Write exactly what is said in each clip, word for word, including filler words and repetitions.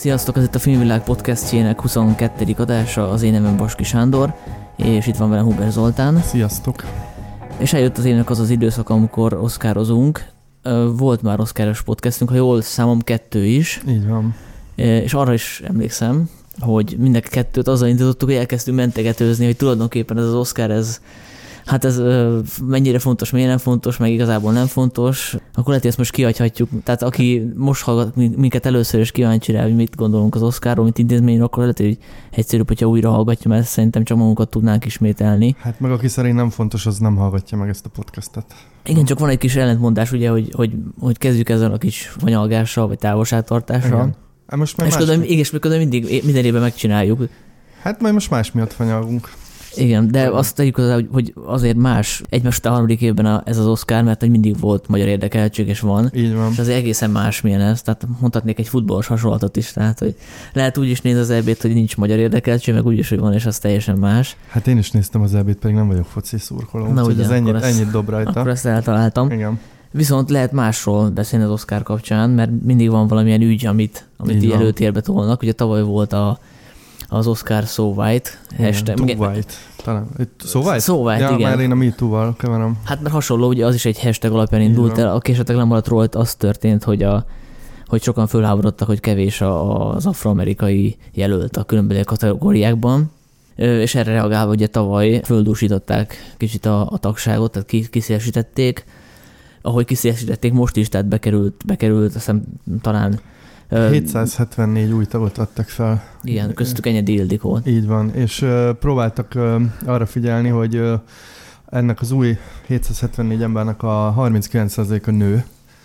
Sziasztok, ez itt a Filmvilág podcastjének huszonkettedik adása, az én nevem Baski Sándor, és itt van velem Huber Zoltán. Sziasztok! És eljött az évnek az az időszak, amikor oszkározunk. Volt már oszkáros podcastünk, ha jól számom kettő is. Így van. És arra is emlékszem, hogy mind a kettőt azzal indítottuk, hogy elkezdtünk mentegetőzni, hogy tulajdonképpen ez az Oscar, ez hát ez mennyire fontos, mennyire nem fontos, meg igazából nem fontos, akkor lehet, hogy ezt most kihagyhatjuk. Tehát aki most hallgat minket először és kíváncsi rá, hogy mit gondolunk az Oscarról, mint intézményről, akkor lehet, hogy egyszerűbb, hogyha újra hallgatja, mert szerintem csak magunkat tudnánk ismételni. Hát meg aki szerint nem fontos, az nem hallgatja meg ezt a podcastet. Igen, csak van egy kis ellentmondás, ugye, hogy, hogy, hogy kezdjük ezzel a kis fanyalgással, vagy távolságtartással. Hát most már és más... közben, és közben mindig, minden évben megcsináljuk. Hát majd most más miatt fanyalgunk. Igen, de igen. Azt tegyük hozzá, hogy, hogy azért más egymás a harmadik évben a, ez az Oscar, mert hogy mindig volt magyar érdekeltség, és van. Így van. És azért egészen más milyen ez. Tehát mondhatnék egy futballos hasonlatot is. Tehát, hogy lehet úgy is néz az é bét, hogy nincs magyar érdekeltség, meg úgy is, hogy van, és az teljesen más. Hát én is néztem az é bét, pedig nem vagyok foci szurkoló. Na úgyhogy ugye, ez ennyit, ezt, ennyit dob rajta. Akkor ezt eltaláltam. Igen. Viszont lehet másról beszélni az Oscar kapcsán, mert mindig van valamilyen ügy, amit, amit így előtérbe tolnak. Ugye tavaly volt a az Oscar So White hashtag. Too White. Talán. So White? So White, ja, igen. Már én a MeToo-val keverem. Hát mert hasonló, ugye az is egy hashtag alapján indult el. Aki esetleg nem maradt róla, az történt, hogy, a, hogy sokan fölháborodtak, hogy kevés az afroamerikai jelölt a különböző kategóriákban. És erre reagálva ugye tavaly földúsították kicsit a, a tagságot, tehát kiszélesítették. Ahogy kiszélesítették, most is, tehát bekerült, bekerült azt hiszem talán hétszázhetvennégy új tagot adtak fel. Igen, köztük Enyedi Ildikó. Így van, és uh, próbáltak uh, arra figyelni, hogy uh, ennek az új hétszázhetvennégy embernek a harminckilenc százaléka nő,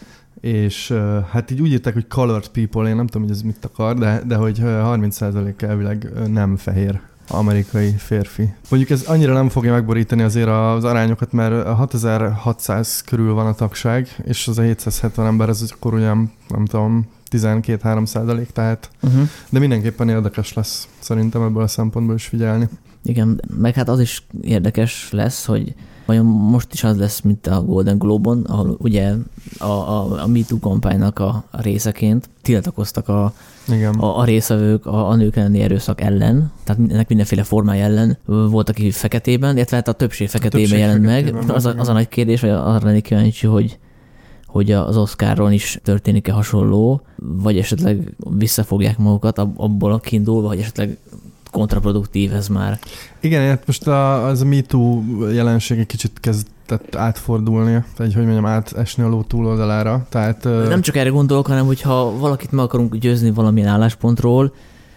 és uh, hát így úgy írták, hogy colored people, én nem tudom, hogy ez mit akar, de, de hogy uh, harminc százalék elvileg uh, nem fehér amerikai férfi. Mondjuk ez annyira nem fogja megborítani azért az arányokat, mert hatezer-hatszáz körül van a tagság, és az a hétszázhetven ember, ez akkor ugyan, nem tudom, tizenkét-három százalék, tehát uh-huh. De mindenképpen érdekes lesz szerintem ebből a szempontból is figyelni. Igen, meg hát az is érdekes lesz, hogy vajon most is az lesz, mint a Golden Globe-on, ahol ugye a, a, a MeToo kampánynak a, a részeként tiltakoztak a, Igen. a, a részvevők a, a nők elleni erőszak ellen, tehát ennek mindenféle formája ellen. Volt, aki feketében, illetve hát a többség feketében a többség jelent feketében meg. Az a, az a nagy kérdés, vagy arra lennék kíváncsi, hogy hogy az Oscaron is történik-e hasonló, vagy esetleg visszafogják magukat abból a kiindulva, vagy esetleg kontraproduktív ez már. Igen, hát most a, az a MeToo jelenség egy kicsit kezdett átfordulni, vagy hogy mondjam, átesni a ló túloldalára. Tehát, nem csak erre gondolok, hanem hogyha valakit meg akarunk győzni valamilyen álláspontról,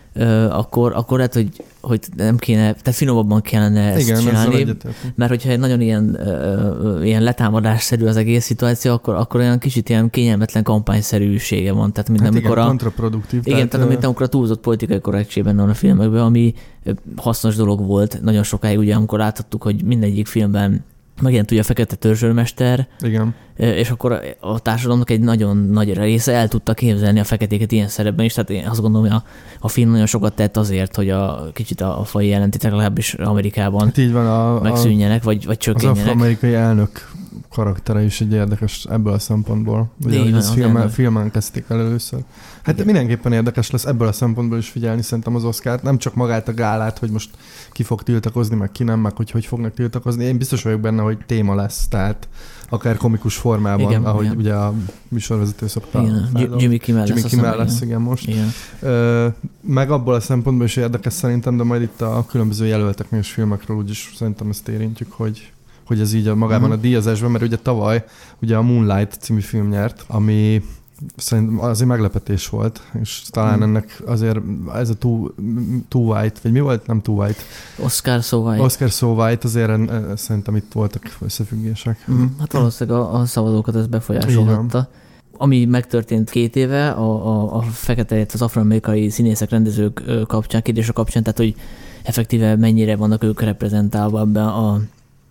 akkor, akkor lehet, hogy, hogy nem kéne, tehát finomabban kellene ezt Igen, csinálni, mert hogyha egy nagyon ilyen, ilyen letámadásszerű az egész szituáció, akkor, akkor olyan kicsit ilyen kényelmetlen kampányszerűsége van. Tehát, mint hát amikor igen, a, kontraproduktív. Igen, tehát, tehát mint amikor a túlzott politikai korrektség benne van a filmekben, ami hasznos dolog volt nagyon sokáig, ugye, amikor láthattuk, hogy mindegyik filmben megjelent ugye a fekete törzsőrmester, Igen. És akkor a társadalomnak egy nagyon nagy része el tudta képzelni a feketéket ilyen szerepben is, tehát én azt gondolom, hogy a, a film nagyon sokat tett azért, hogy a kicsit a, a fai jelentétek legalábbis Amerikában hát így van, a, megszűnjenek, vagy, vagy csökkenjenek. Az afroamerikai elnök karaktere is egy érdekes ebből a szempontból. Ugye, hogy van, ezt filmen, filmen kezdték el először. Hát igen. Mindenképpen érdekes lesz ebből a szempontból is figyelni szerintem az Oscart. Nem csak magát a gálát, hogy most ki fog tiltakozni, meg ki nem, meg hogy hogy fognak tiltakozni. Én biztos vagyok benne, hogy téma lesz, tehát akár komikus formában, igen, ahogy igen. Ugye a műsorvezető szokta. Igen, Jimmy Kimmel lesz. Jimmy Kimmel lesz, igen, most. Igen. Ö, meg abból a szempontból is érdekes szerintem, de majd itt a különböző jelölteknél és filmekről úgyis szerintem ezt érintjük, hogy hogy ez így a magában uh-huh. a díjazásban, mert ugye tavaly ugye a Moonlight című film nyert, ami szerintem azért meglepetés volt, és talán uh-huh. ennek azért ez a Too, too White, vagy mi volt? Nem Too White. Oscar So White. Oscar So White, azért szerintem itt voltak összefüggések. Uh-huh. Hát valószínűleg a, a szavazókat ez befolyásolhatta. Ami megtörtént két éve a, a, a fekete, az afroamerikai színészek, rendezők kapcsán, kérdése kapcsán, tehát hogy effektíve mennyire vannak ők reprezentálva ebben a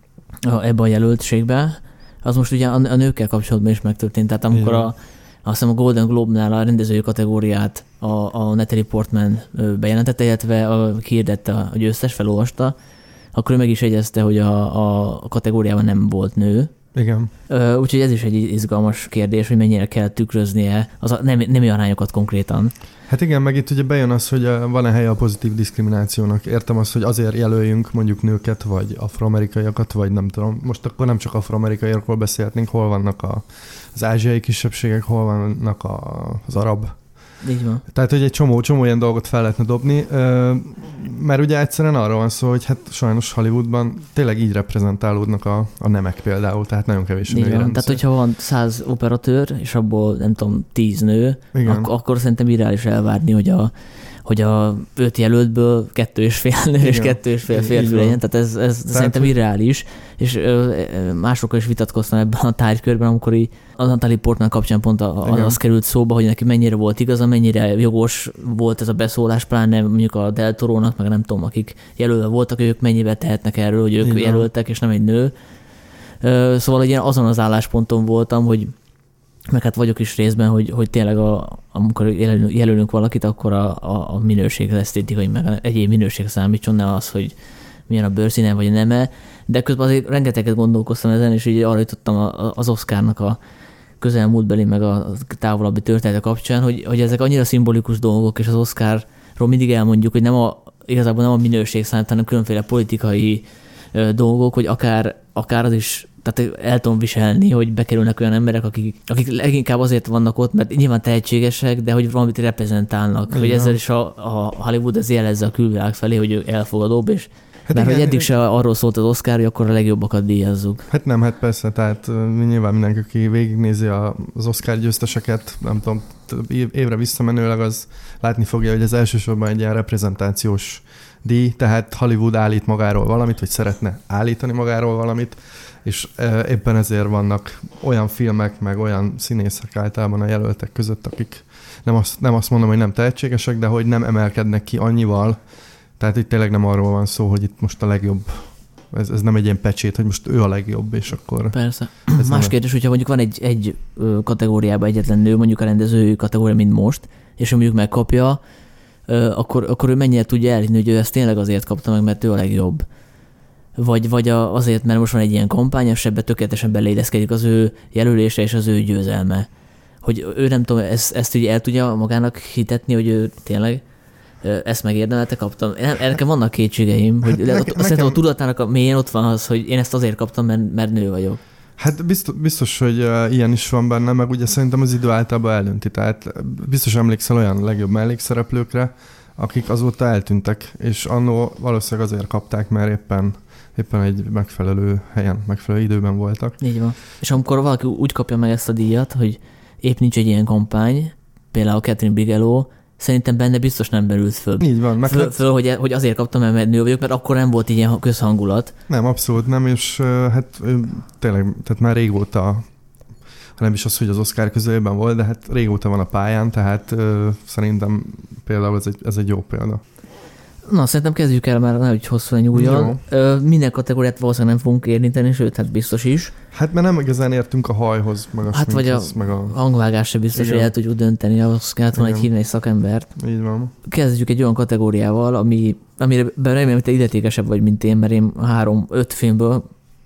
A, ebbe a jelöltségbe, az most ugye a, a nőkkel kapcsolatban is megtörtént. Tehát amikor a, azt hiszem a Golden Globe-nál a rendezői kategóriát a, a Natalie Portman bejelentette, illetve a, kihirdette a győztes, felolvasta, akkor ő meg is jegyezte, hogy a, a kategóriában nem volt nő. Igen. Úgyhogy ez is egy izgalmas kérdés, hogy mennyire kell tükröznie az a nem, nemi arányokat konkrétan. Hát igen, meg itt ugye bejön az, hogy van-e helye a pozitív diszkriminációnak. Értem azt, hogy azért jelöljünk mondjuk nőket, vagy afroamerikaiakat, vagy nem tudom. Most akkor nem csak afroamerikaiakról beszélhetnénk, hol vannak a, az ázsiai kisebbségek, hol vannak a, az arab. Így van. Tehát, hogy egy csomó, csomó ilyen dolgot fel lehetne dobni, mert ugye egyszerűen arra van szó, hogy hát sajnos Hollywoodban tényleg így reprezentálódnak a, a nemek például, tehát nagyon kevés a női rendszer. Tehát, hogyha van száz operatőr, és abból nem tudom, tíz nő, ak- akkor szerintem irreális elvárni, hogy a hogy a öt jelöltből kettő és fél nő, igen, és kettő és fél férfi legyen, tehát ez, ez tehát, szerintem irreális, és ö, másokkal is vitatkoztam ebben a tárgykörben, amikor így a Natalie Portman kapcsán pont a, a, az került szóba, hogy neki mennyire volt igaza, mennyire jogos volt ez a beszólás, pláne mondjuk a Del Torónak, meg nem tudom, akik jelölve voltak, ők mennyivel tehetnek erről, hogy ők igen, jelöltek, és nem egy nő. Ö, szóval én azon az állásponton voltam, hogy meg hát vagyok is részben, hogy, hogy tényleg a, amikor jelölünk, jelölünk valakit, akkor a, a, a minőség, az esztétikai, meg egyéb minőség számítson, ne az, hogy milyen a bőrszíne, vagy a neme, de közben azért rengeteget gondolkoztam ezen, és így arra jutottam az Oscarnak a közelmúltbeli, meg a távolabbi története kapcsán, hogy, hogy ezek annyira szimbolikus dolgok, és az Oscarról mindig elmondjuk, hogy nem a, igazából nem a minőség számít, hanem különféle politikai ö, dolgok, hogy akár, akár az is, tehát el tudom viselni, hogy bekerülnek olyan emberek, akik, akik leginkább azért vannak ott, mert nyilván tehetségesek, de hogy valamit reprezentálnak. Igen. Hogy ezzel is a, a Hollywood az jelezze a külvilág felé, hogy ő elfogadóbb, és hát mert igen, hogy eddig se arról szólt az Oscar, hogy akkor a legjobbakat díjazzuk. Hát nem, hát persze, tehát nyilván mindenki, aki végignézi az Oscar győzteseket, nem tudom, évre visszamenőleg az látni fogja, hogy ez elsősorban egy ilyen reprezentációs díj, tehát Hollywood állít magáról valamit, vagy szeretne állítani magáról valamit, és éppen ezért vannak olyan filmek, meg olyan színészek általában a jelöltek között, akik nem azt, nem azt mondom, hogy nem tehetségesek, de hogy nem emelkednek ki annyival. Tehát itt tényleg nem arról van szó, hogy itt most a legjobb, ez, ez nem egy ilyen pecsét, hogy most ő a legjobb, és akkor... Persze. Más kérdés, hogyha mondjuk van egy, egy kategóriában egyetlen nő, mondjuk a rendezői kategória, mint most, és mondjuk megkapja, akkor, akkor ő mennyire tudja elhinni, hogy ő ezt tényleg azért kapta meg, mert ő a legjobb. Vagy, vagy azért, mert most van egy ilyen kampány, és ebbe tökéletesen belédeszkedik az ő jelölése és az ő győzelme. Hogy ő nem tudom, ezt, ezt így el tudja magának hitetni, hogy ő tényleg ezt megérdemelte, kaptam. Nekem vannak kétségeim, hogy hát nekem, szerintem nekem... a tudatának a mélyén ott van az, hogy én ezt azért kaptam, mert, mert nő vagyok. Hát biztos, biztos, hogy uh, ilyen is van benne, meg ugye szerintem az idő általában eldönti. Tehát biztos emlékszel olyan legjobb mellékszereplőkre, akik azóta eltűntek, és annó valószínűleg azért kapták, mert éppen éppen egy megfelelő helyen, megfelelő időben voltak. Így van. És amikor valaki úgy kapja meg ezt a díjat, hogy épp nincs egy ilyen kampány, például Catherine Bigelow, szerintem benne biztos nem berült föl. Így van. Meg föl, hát... föl hogy, hogy azért kaptam, mert nő vagyok, mert akkor nem volt ilyen közhangulat. Nem, abszolút nem, és uh, hát tényleg, tehát már régóta, nem is az, hogy az Oscar közelében volt, de hát régóta van a pályán, tehát uh, szerintem például ez egy, ez egy jó példa. Na, szerintem kezdjük el már, nehogy hosszúan nyúljon. Minden kategóriát valószínűleg nem fogunk érinteni, sőt, hát biztos is. Hát mert nem igazán értünk a hajhoz, meg a hát vagy a, meg a hangvágás se biztos, igen, hogy el tudjuk dönteni, ahhoz kellett volna egy hívni egy szakembert. Így van. Kezdjük egy olyan kategóriával, ami, amire remélem, hogy te illetékesebb vagy, mint én, mert én három, öt filmből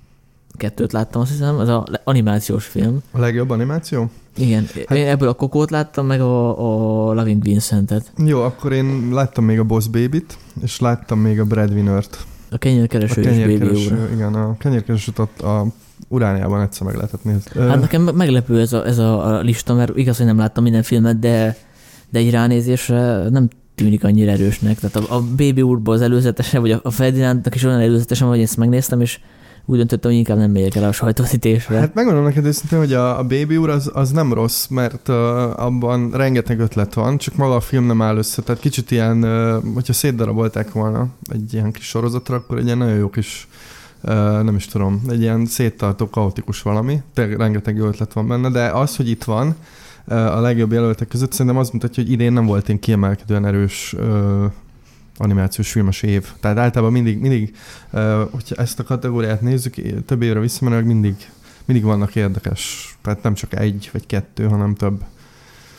kettőt láttam, azt hiszem, ez az animációs film. A legjobb animáció? Igen, hát, én ebből a Kokót láttam, meg a, a Loving Vincentet. Jó, akkor én láttam még a Boss Baby-t, és láttam még a Breadwinner-t. A kenyérkereső és Baby úr. Igen, a kenyérkeresőt ott a Urániában egyszer meg lehetett nézni. Hát nekem meglepő ez a, ez a lista, mert igaz, hogy nem láttam minden filmet, de, de egy ránézésre nem tűnik annyira erősnek. Tehát a, a Baby úrból az előzetesen, vagy a Ferdinandnak is olyan előzetesen, hogy ezt megnéztem, és úgy döntöttem, hogy inkább nem megyek el a sajtóvetítésre. Hát megmondom neked őszintén, hogy a, a Baby úr az, az nem rossz, mert uh, abban rengeteg ötlet van, csak maga a film nem áll össze. Tehát kicsit ilyen, uh, hogyha szétdarabolták volna egy ilyen kis sorozatra, akkor egy ilyen nagyon jó kis, uh, nem is tudom, egy ilyen széttartó, kaotikus valami. Tényleg rengeteg jó ötlet van benne, de az, hogy itt van uh, a legjobb jelöltek között, szerintem az mutatja, hogy idén nem volt én kiemelkedően erős uh, animációs filmes év. Tehát általában mindig, mindig uh, hogyha ezt a kategóriát nézzük, több évre visszamenőleg mindig, mindig vannak érdekes. Tehát nem csak egy vagy kettő, hanem több.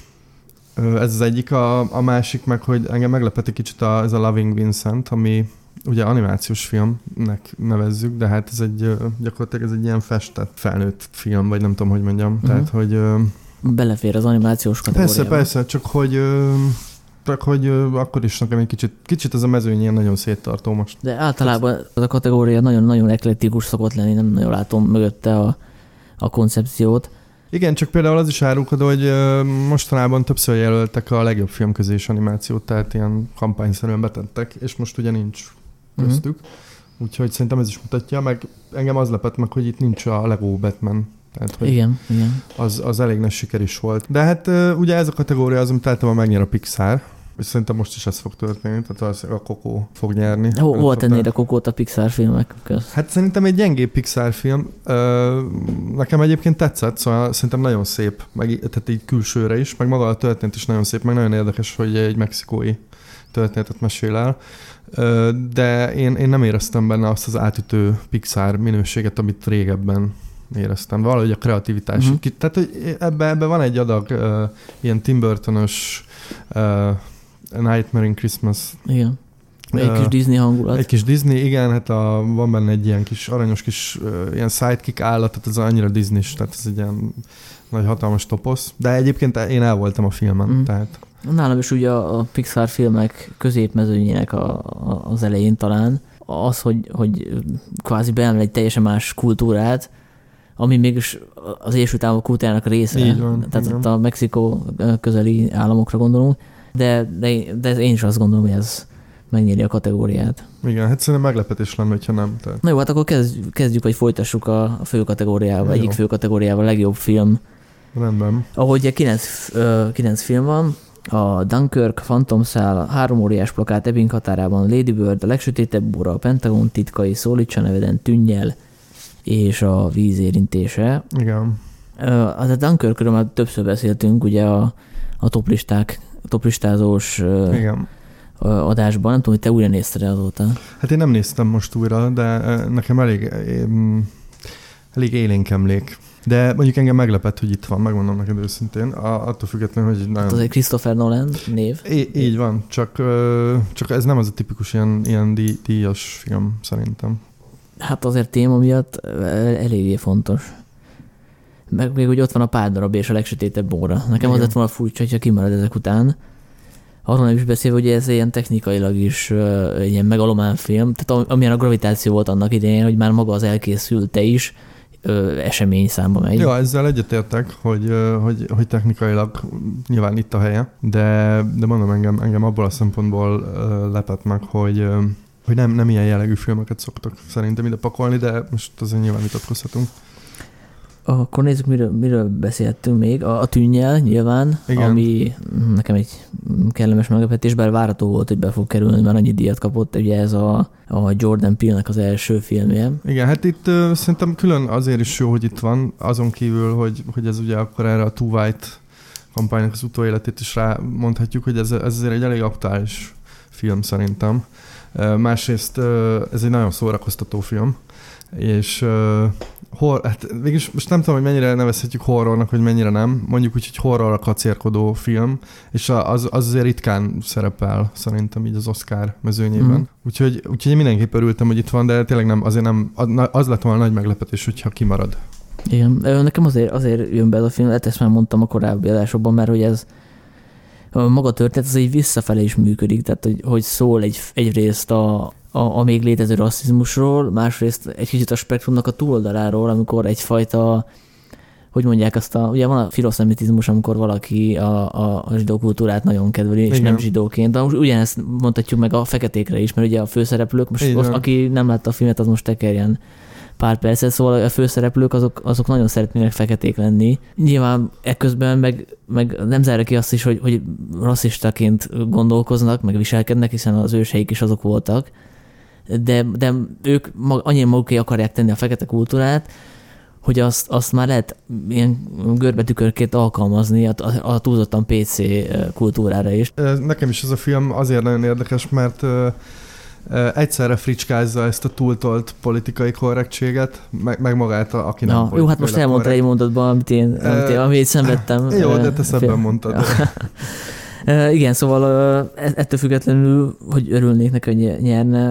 Uh, ez az egyik. A, a másik meg, hogy engem meglepett egy kicsit a, ez a Loving Vincent, ami ugye animációs filmnek nevezzük, de hát ez egy gyakorlatilag ez egy ilyen festett felnőtt film, vagy nem tudom, hogy mondjam. Uh-huh. Tehát, hogy... Belefér az animációs kategóriába. Persze, persze, csak hogy... Csak hogy akkor is nekem egy kicsit, kicsit ez a mezőny ilyen nagyon széttartó most. De általában az a kategória nagyon-nagyon eklektikus szokott lenni, nem nagyon látom mögötte a, a koncepciót. Igen, csak például az is árulkodó, hogy mostanában többször jelöltek a legjobb film közé is animációt, tehát ilyen kampányszerűen betettek, és most ugye nincs köztük. Uh-huh. Úgyhogy szerintem ez is mutatja, meg engem az lepett meg, hogy itt nincs a Lego Batman. Tehát, hogy igen, igen. Az, az elég nagy siker is volt. De hát ugye ez a kategória az, amit általában megnyer a Pixar, és szerintem most is ez fog történni, tehát a Coco fog nyerni. Hol tennéd a Cocót a Pixar filmek közt? Hát szerintem egy gyengébb Pixar film. Nekem egyébként tetszett, szóval szerintem nagyon szép, meg, tehát így külsőre is, meg maga a történet is nagyon szép, meg nagyon érdekes, hogy egy mexikói történetet mesél el. De én, én nem éreztem benne azt az átütő Pixar minőséget, amit régebben éreztem. Valahogy a kreativitás. Uh-huh. Tehát, hogy ebben ebbe van egy adag uh, ilyen Tim Burton-os uh, Nightmare in Christmas. Igen. Egy uh, kis Disney hangulat. Egy kis Disney, igen, hát a, van benne egy ilyen kis aranyos kis uh, ilyen sidekick állat, tehát ez annyira Disney-s, tehát ez egy ilyen nagy hatalmas toposz. De egyébként én el voltam a filmen, uh-huh. tehát... Nálam is ugye a Pixar filmek középmezőnyének a, a, az elején talán az, hogy, hogy kvázi beemel egy teljesen más kultúrát, ami mégis az Egyesült Államok kultúrának a része. Így van, tehát ott a Mexikó közeli államokra gondolunk, de, de, de én is azt gondolom, hogy ez megnyeri a kategóriát. Igen, hát szerintem meglepetés lenne, hogyha nem. Tehát. Na jó, hát akkor kezdjük, kezdjük vagy folytassuk a, a fő kategóriával, egyik fő kategóriával, a legjobb film. Rendben. Ahogy ugye kilenc, kilenc film van, a Dunkirk, Phantom Szál, Három óriás plakát, Ebbing határában, Lady Bird, A legsötétebb óra, a Pentagon titkai, Szólítsa neveden, Tűnnyel, és a Víz érintése. Igen. Az a Dunkirkről már többször beszéltünk, ugye a, a toplisták, toplistázós igen. adásban. Nem tudom, hogy te újra nézted azóta. Hát én nem néztem most újra, de nekem elég, elég élénk emlék. De mondjuk engem meglepett, hogy itt van, megmondom neked őszintén. A, attól függetlenül, hogy nagyon... Hát az egy Christopher Nolan név. É, így van, csak, csak ez nem az a tipikus ilyen, ilyen dí, díjas film, szerintem. Hát azért téma miatt eléggé fontos. Meg még, hogy ott van a pár darab és a legsötétebb óra. Nekem igen. Az lett volna furcsa, hogyha kimarad ezek után. Arról nem is beszélve, hogy ez ilyen technikailag is uh, ilyen megalomán film, tehát amilyen a gravitáció volt annak idején, hogy már maga az elkészülte is uh, esemény számba megy. Ja, ezzel egyetértek, hogy, uh, hogy, hogy technikailag nyilván itt a helye, de, de mondom, engem, engem abból a szempontból uh, lepett meg, hogy uh, hogy nem, nem ilyen jellegű filmeket szoktak szerintem ide pakolni, de most azért nyilván vitatkozhatunk. Akkor nézzük, miről, miről beszéltünk még. A, a Tűnnyel nyilván, igen. Ami nekem egy kellemes meglepetés, bár várható volt, hogy be fog kerülni, mert annyi díjat kapott, ugye ez a, a Jordan Peele-nek az első filmje. Igen, hát itt uh, szerintem külön azért is jó, hogy itt van, azon kívül, hogy, hogy ez ugye akkor erre a Too White kampánynak az utóéletét is rá mondhatjuk, hogy ez, ez azért egy elég aktuális film szerintem. Másrészt ez egy nagyon szórakoztató film, és hor, hát végülis most nem tudom, hogy mennyire nevezhetjük horrornak, hogy mennyire nem, mondjuk úgy, hogy horrorra kacérkodó film, és az, az azért ritkán szerepel szerintem így az Oscar mezőnyében. Mm. Úgyhogy, úgyhogy én mindenképp örültem, hogy itt van, de tényleg nem, azért nem, az lett volna nagy meglepetés, hogyha kimarad. Igen, nekem azért, azért jön be ez a film, ezt már mondtam a korábbi adásokban, mert hogy ez maga történet, az így visszafelé is működik, tehát hogy, hogy szól egy, egyrészt a, a, a még létező rasszizmusról, másrészt egy kicsit a spektrumnak a túloldaláról, amikor egyfajta, hogy mondják azt a, ugye van a filoszemitizmus, amikor valaki a, a, a zsidó kultúrát nagyon kedveli, és igen. Nem zsidóként, de most ugyanezt mondhatjuk meg a feketékre is, mert ugye a főszereplők, most az, aki nem látta a filmet, az most tekerjen pár percet, szóval a főszereplők azok, azok nagyon szeretnének feketék lenni. Nyilván ekközben meg, meg nem zárja ki azt is, hogy, hogy rasszistaként gondolkoznak, meg viselkednek, hiszen az őseik is azok voltak, de, de ők mag, annyira maguké akarják tenni a fekete kultúrát, hogy azt, azt már lehet ilyen görbetükörként alkalmazni a, a, a túlzottan pé cé kultúrára is. Nekem is ez a film azért nagyon érdekes, mert egyszerre fricskázza ezt a túltolt politikai korrektséget, meg, meg magát, a, aki nem ja, jó, hát most elmondta egy mondatban, amit én, amit én, amit én szenvedtem. Jó, de te szebben mondtad. Igen, szóval ettől függetlenül, hogy örülnék neki, hogy nyerne,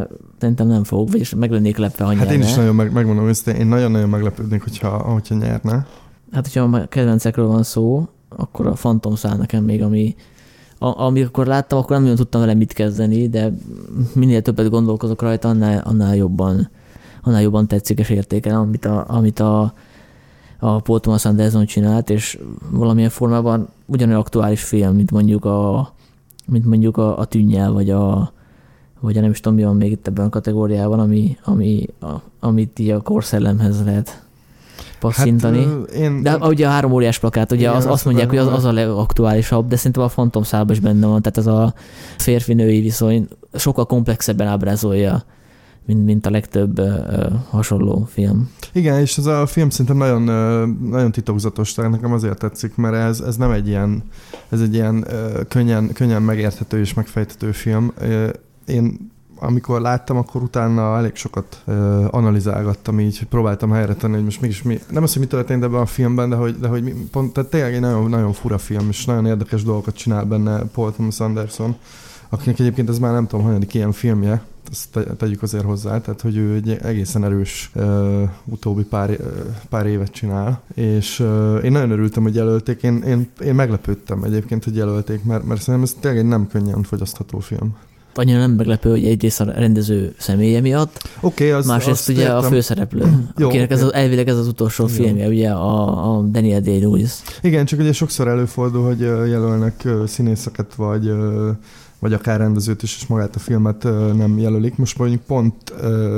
szerintem nem fog, vagyis meg lennék lepve, ha Hát nyerne. én is nagyon meg, megmondom őszintén, én nagyon-nagyon meglepődnék, hogyha, hogyha nyerne. Hát, hogyha a kedvencekről van szó, akkor a Phantom száll nekem még, ami a, amikor láttam, akkor nem nagyon tudtam vele mit kezdeni, de minél többet gondolkozok rajta, annál, annál jobban annál jobban tetszik és értékel, amit a, amit a, a Paul Thomas Anderson csinált, és valamilyen formában ugyanolyan aktuális film, mint mondjuk a, mint mondjuk a, a Tűnnyel, vagy a, vagy a nem is tudom, mi van még itt ebben a kategóriában, ami, ami, a, amit így a korszellemhez lehet passzintani. Hát, én... De ugye a három óriás plakát, ugye az, azt mondják, hogy az, az a legaktuálisabb, de szerintem a Phantom szálban is benne van, tehát ez a férfi-női viszony sokkal komplexebben ábrázolja, mint, mint a legtöbb uh, hasonló film. Igen, és ez a film szerintem nagyon, uh, nagyon titokzatos, tehát nekem azért tetszik, mert ez, ez nem egy ilyen, ez egy ilyen uh, könnyen, könnyen megérthető és megfejthető film. Uh, én amikor láttam, akkor utána elég sokat uh, analizálgattam, így próbáltam helyre tenni, hogy most mégis mi, nem az, hogy mi történt ebben a filmben, de hogy, de hogy mi, pont, tehát tényleg egy nagyon, nagyon fura film, és nagyon érdekes dolgokat csinál benne Paul Thomas Anderson, akinek egyébként ez már nem tudom, hanyadik ilyen filmje, ezt te, tegyük azért hozzá, tehát hogy ő egy egészen erős uh, utóbbi pár, uh, pár évet csinál, és uh, én nagyon örültem, hogy jelölték, én, én, én meglepődtem egyébként, hogy jelölték, mert, mert szerintem ez tényleg egy nem könnyen fogyasztható film. Annyira nem meglepő, hogy egyrészt a rendező személye miatt, okay, az, másrészt ugye értem. A főszereplő, Jó, akinek okay. ez az, elvileg ez az utolsó Igen. filmje, ugye a, a Daniel Day-Lewis. Igen, csak ugye sokszor előfordul, hogy jelölnek színészeket, vagy, vagy akár rendezőt is, és magát a filmet nem jelölik. Most mondjuk pont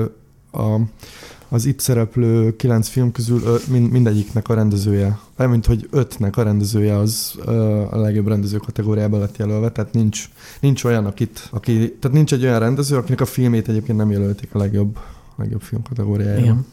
a, az itt szereplő kilenc film közül mind, mindegyiknek a rendezője, mint hogy ötnek a rendezője az a legjobb rendező kategóriában lett jelölve, tehát nincs, nincs olyan, akit, aki, tehát nincs egy olyan rendező, akinek a filmét egyébként nem jelölték a legjobb, legjobb film kategóriájában. Igen.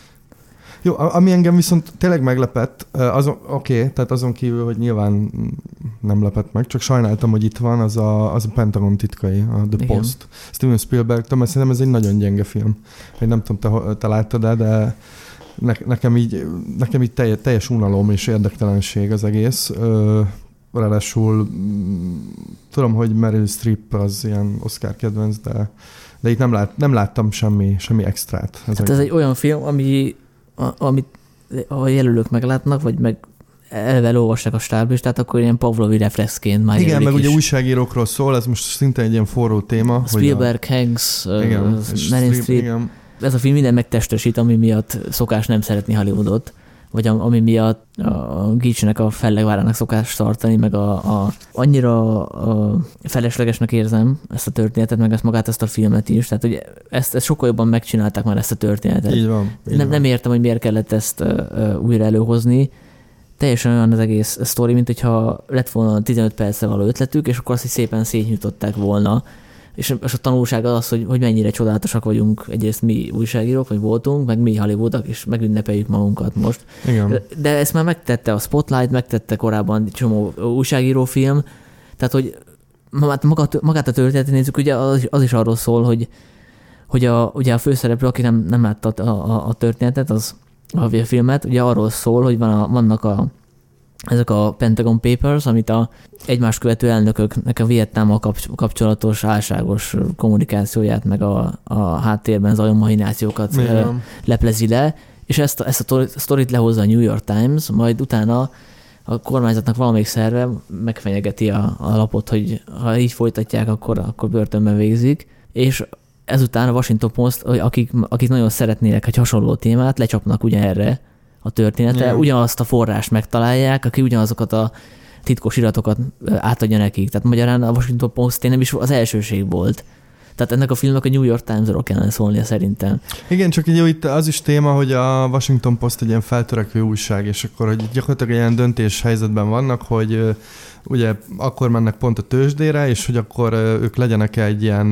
Jó, ami engem viszont tényleg meglepett, azon, oké, okay, tehát azon kívül, hogy nyilván nem lepett meg, csak sajnáltam, hogy itt van, az a, az a Pentagon titkai, a The Igen. Post. Steven Spielberg-től, mert szerintem ez egy nagyon gyenge film. Én nem tudom, te, te láttad-e, de ne, nekem így, nekem így teljes, teljes unalom és érdektelenség az egész. Ráadásul tudom, hogy Meryl Streep az ilyen Oscar kedvenc, de, de itt nem, lát, nem láttam semmi, semmi extrát. Ez hát ez egy olyan film, ami A, amit a jelölők meglátnak, vagy meg eleve elolvassák a stáblistát, akkor ilyen Pavlovi reflexként már Igen, meg is. ugye újságírókról szól, ez most szinte egy ilyen forró téma. Spielberg, a... Hanks, Meryl Streep. Ez a film minden megtestesít, ami miatt szokás nem szeretni Hollywoodot, vagy ami miatt a Gicsnek a fellegvárának szokás tartani, meg a, a annyira a feleslegesnek érzem ezt a történetet, meg ezt magát ezt a filmet is. Tehát, hogy ezt, ezt sokkal jobban megcsinálták már ezt a történetet. Így van. Így nem, van. nem értem, hogy miért kellett ezt uh, újra előhozni. Teljesen olyan az egész sztori, mint hogyha lett volna tizenöt percre való ötletük, és akkor azt is szépen szétnyújtották volna. És a tanulság az, hogy, hogy mennyire csodálatosak vagyunk, egyrészt mi újságírók, vagy voltunk, meg mi Hollywoodak, és megünnepeljük magunkat most. Igen. De ezt már megtette a Spotlight, megtette korábban csomó újságírófilm, tehát hogy magát, magát a történetet nézzük, ugye az, az is arról szól, hogy, hogy a, ugye a főszereplő, aki nem, nem látta a, a, a történetet, az a filmet, ugye arról szól, hogy van a, vannak a ezek a Pentagon Papers, amit a egymást követő elnököknek a Vietnámmal kapcsolatos álságos kommunikációját, meg a, a háttérben zajló mahinációkat Igen. leplezi le, és ezt a, ezt a sztorit lehozza a New York Times, majd utána a kormányzatnak valamelyik szerve megfenyegeti a, a lapot, hogy ha így folytatják, akkor, akkor börtönben végzik, és ezután a Washington Post, akik, akik nagyon szeretnének egy hasonló témát, lecsapnak ugye erre a történetre, yeah. ugyanazt a forrást megtalálják, aki ugyanazokat a titkos iratokat átadja nekik. Tehát magyarán a Washington Post nem is az elsőség volt. Tehát ennek a filmnek a New York Times-ról kellene szólnia szerintem. Igen, csak így, itt az is téma, hogy a Washington Post egy ilyen feltörekvő újság, és akkor hogy gyakorlatilag ilyen döntés helyzetben vannak, hogy ugye akkor mennek pont a tőzsdére, és hogy akkor ők legyenek egy ilyen,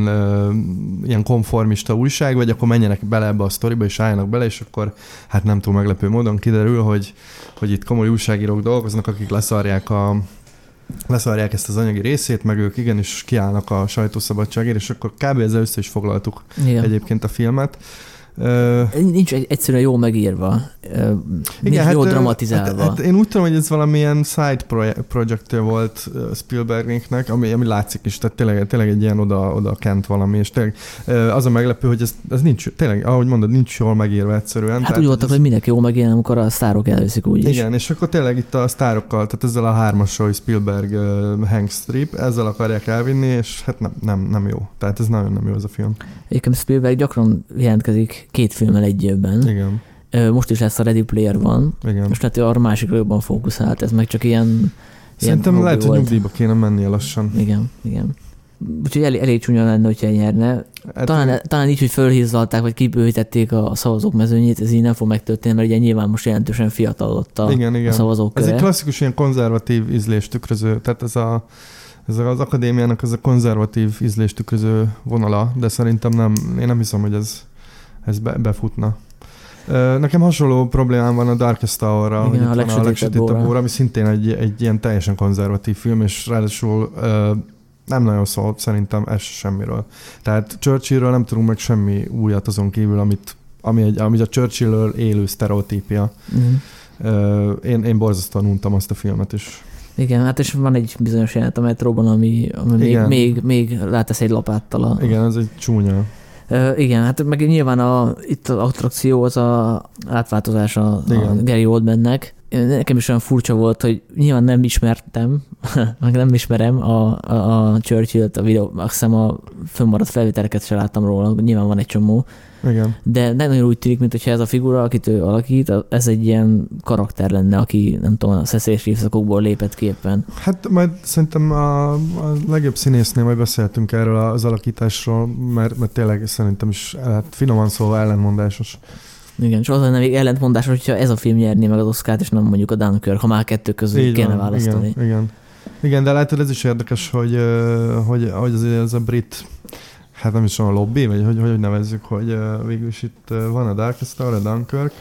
ilyen konformista újság, vagy akkor menjenek bele ebbe a sztoriba, és álljanak bele, és akkor hát nem túl meglepő módon kiderül, hogy, hogy itt komoly újságírók dolgoznak, akik leszarják a leszarják ezt az anyagi részét, meg ők igenis kiállnak a sajtószabadságért, és akkor kb. Ezzel össze is foglaltuk Igen. egyébként a filmet. Uh, Nincs egyszerűen jól megírva, nincs igen, jól hát, dramatizálva. Hát, hát én úgy tudom, hogy ez valamilyen side project volt Spielbergnek, ami, ami látszik is, tehát tényleg, tényleg egy ilyen oda, oda kent valami, és tényleg az a meglepő, hogy ez, ez nincs, tényleg, ahogy mondod, ninch jól megírva egyszerűen. Hát úgy voltak, ez... hogy mindenki jól megírva, amikor a sztárok előszik úgy is. Igen, és akkor tényleg itt a sztárokkal, tehát ezzel a hármassal, hogy Spielberg, uh, Hank Strip, ezzel akarják elvinni, és hát nem, nem, nem jó. Tehát ez nagyon nem jó az a film. Egyébként Spielberg gyakran jelentkezik két filmmel egy évben. Igen. Most is lesz a Ready Player van. Igen. Most lehet, hogy arra másikra jobban fókuszált, ez meg csak ilyen... Szerintem ilyen lehet, hogy nyugdíjba kéne mennie lassan. Igen, igen. Úgyhogy elég, elég csúnya lenne, hogyha nyerne. Hát talán, én... talán így, hogy fölhízzalták, vagy kibővítették a, a szavazók mezőnyét, ez így nem fog megtörténni, mert ugye nyilván most jelentősen fiatalodott a, igen, igen. a szavazók köre. Ez egy klasszikus ilyen konzervatív ízlést tükröző, tehát ez a Ez az akadémiának ez a konzervatív ízlést tükröző vonala, de szerintem nem, én nem hiszem, hogy ez, ez be, befutna. Nekem hasonló problémám van a Darkest Hour-ra, hogy a Legsötétebb óra, ami szintén egy, egy ilyen teljesen konzervatív film, és ráadásul nem nagyon szól szerintem ez semmiről. Tehát Churchillről nem tudunk meg semmi újat azon kívül, amit, ami, egy, ami a Churchillről élő sztereotípia. Uh-huh. Én, én borzasztóan untam azt a filmet is. Igen, hát és van egy bizonyos jelenet a metróban, ami, ami még, még, még rátesz egy lapáttal. A... Igen, ez egy csúnya. Uh, igen, hát meg nyilván a, itt az attrakció az a átváltozás a, a Gary Oldmannek. Nekem is olyan furcsa volt, hogy nyilván nem ismertem, meg nem ismerem a, a, a Churchillt, a videó, azt hiszem a fönnmaradt felvételeket se láttam róla, nyilván van egy csomó. Igen. De nagyon úgy tűnik, mintha ez a figura, akit ő alakít, ez egy ilyen karakter lenne, aki nem tudom, a szeszélyes évszakokból lépett ki éppen. Hát majd szerintem a, a legjobb színésznél majd beszéltünk erről az alakításról, mert, mert tényleg szerintem is hát finoman szólva ellentmondásos. Igen, és az lenne még ellentmondásos, hogyha ez a film nyerné meg az Oscart, és nem mondjuk a Dunkirk, ha már kettő közül így kéne van, választani. Igen, igen. igen, de látod, ez is érdekes, hogy, hogy, hogy az, az a brit, hát nem is olyan lobby, vagy hogy, hogy nevezzük, hogy végül is itt van a Darkest Hour, a Dunkirk,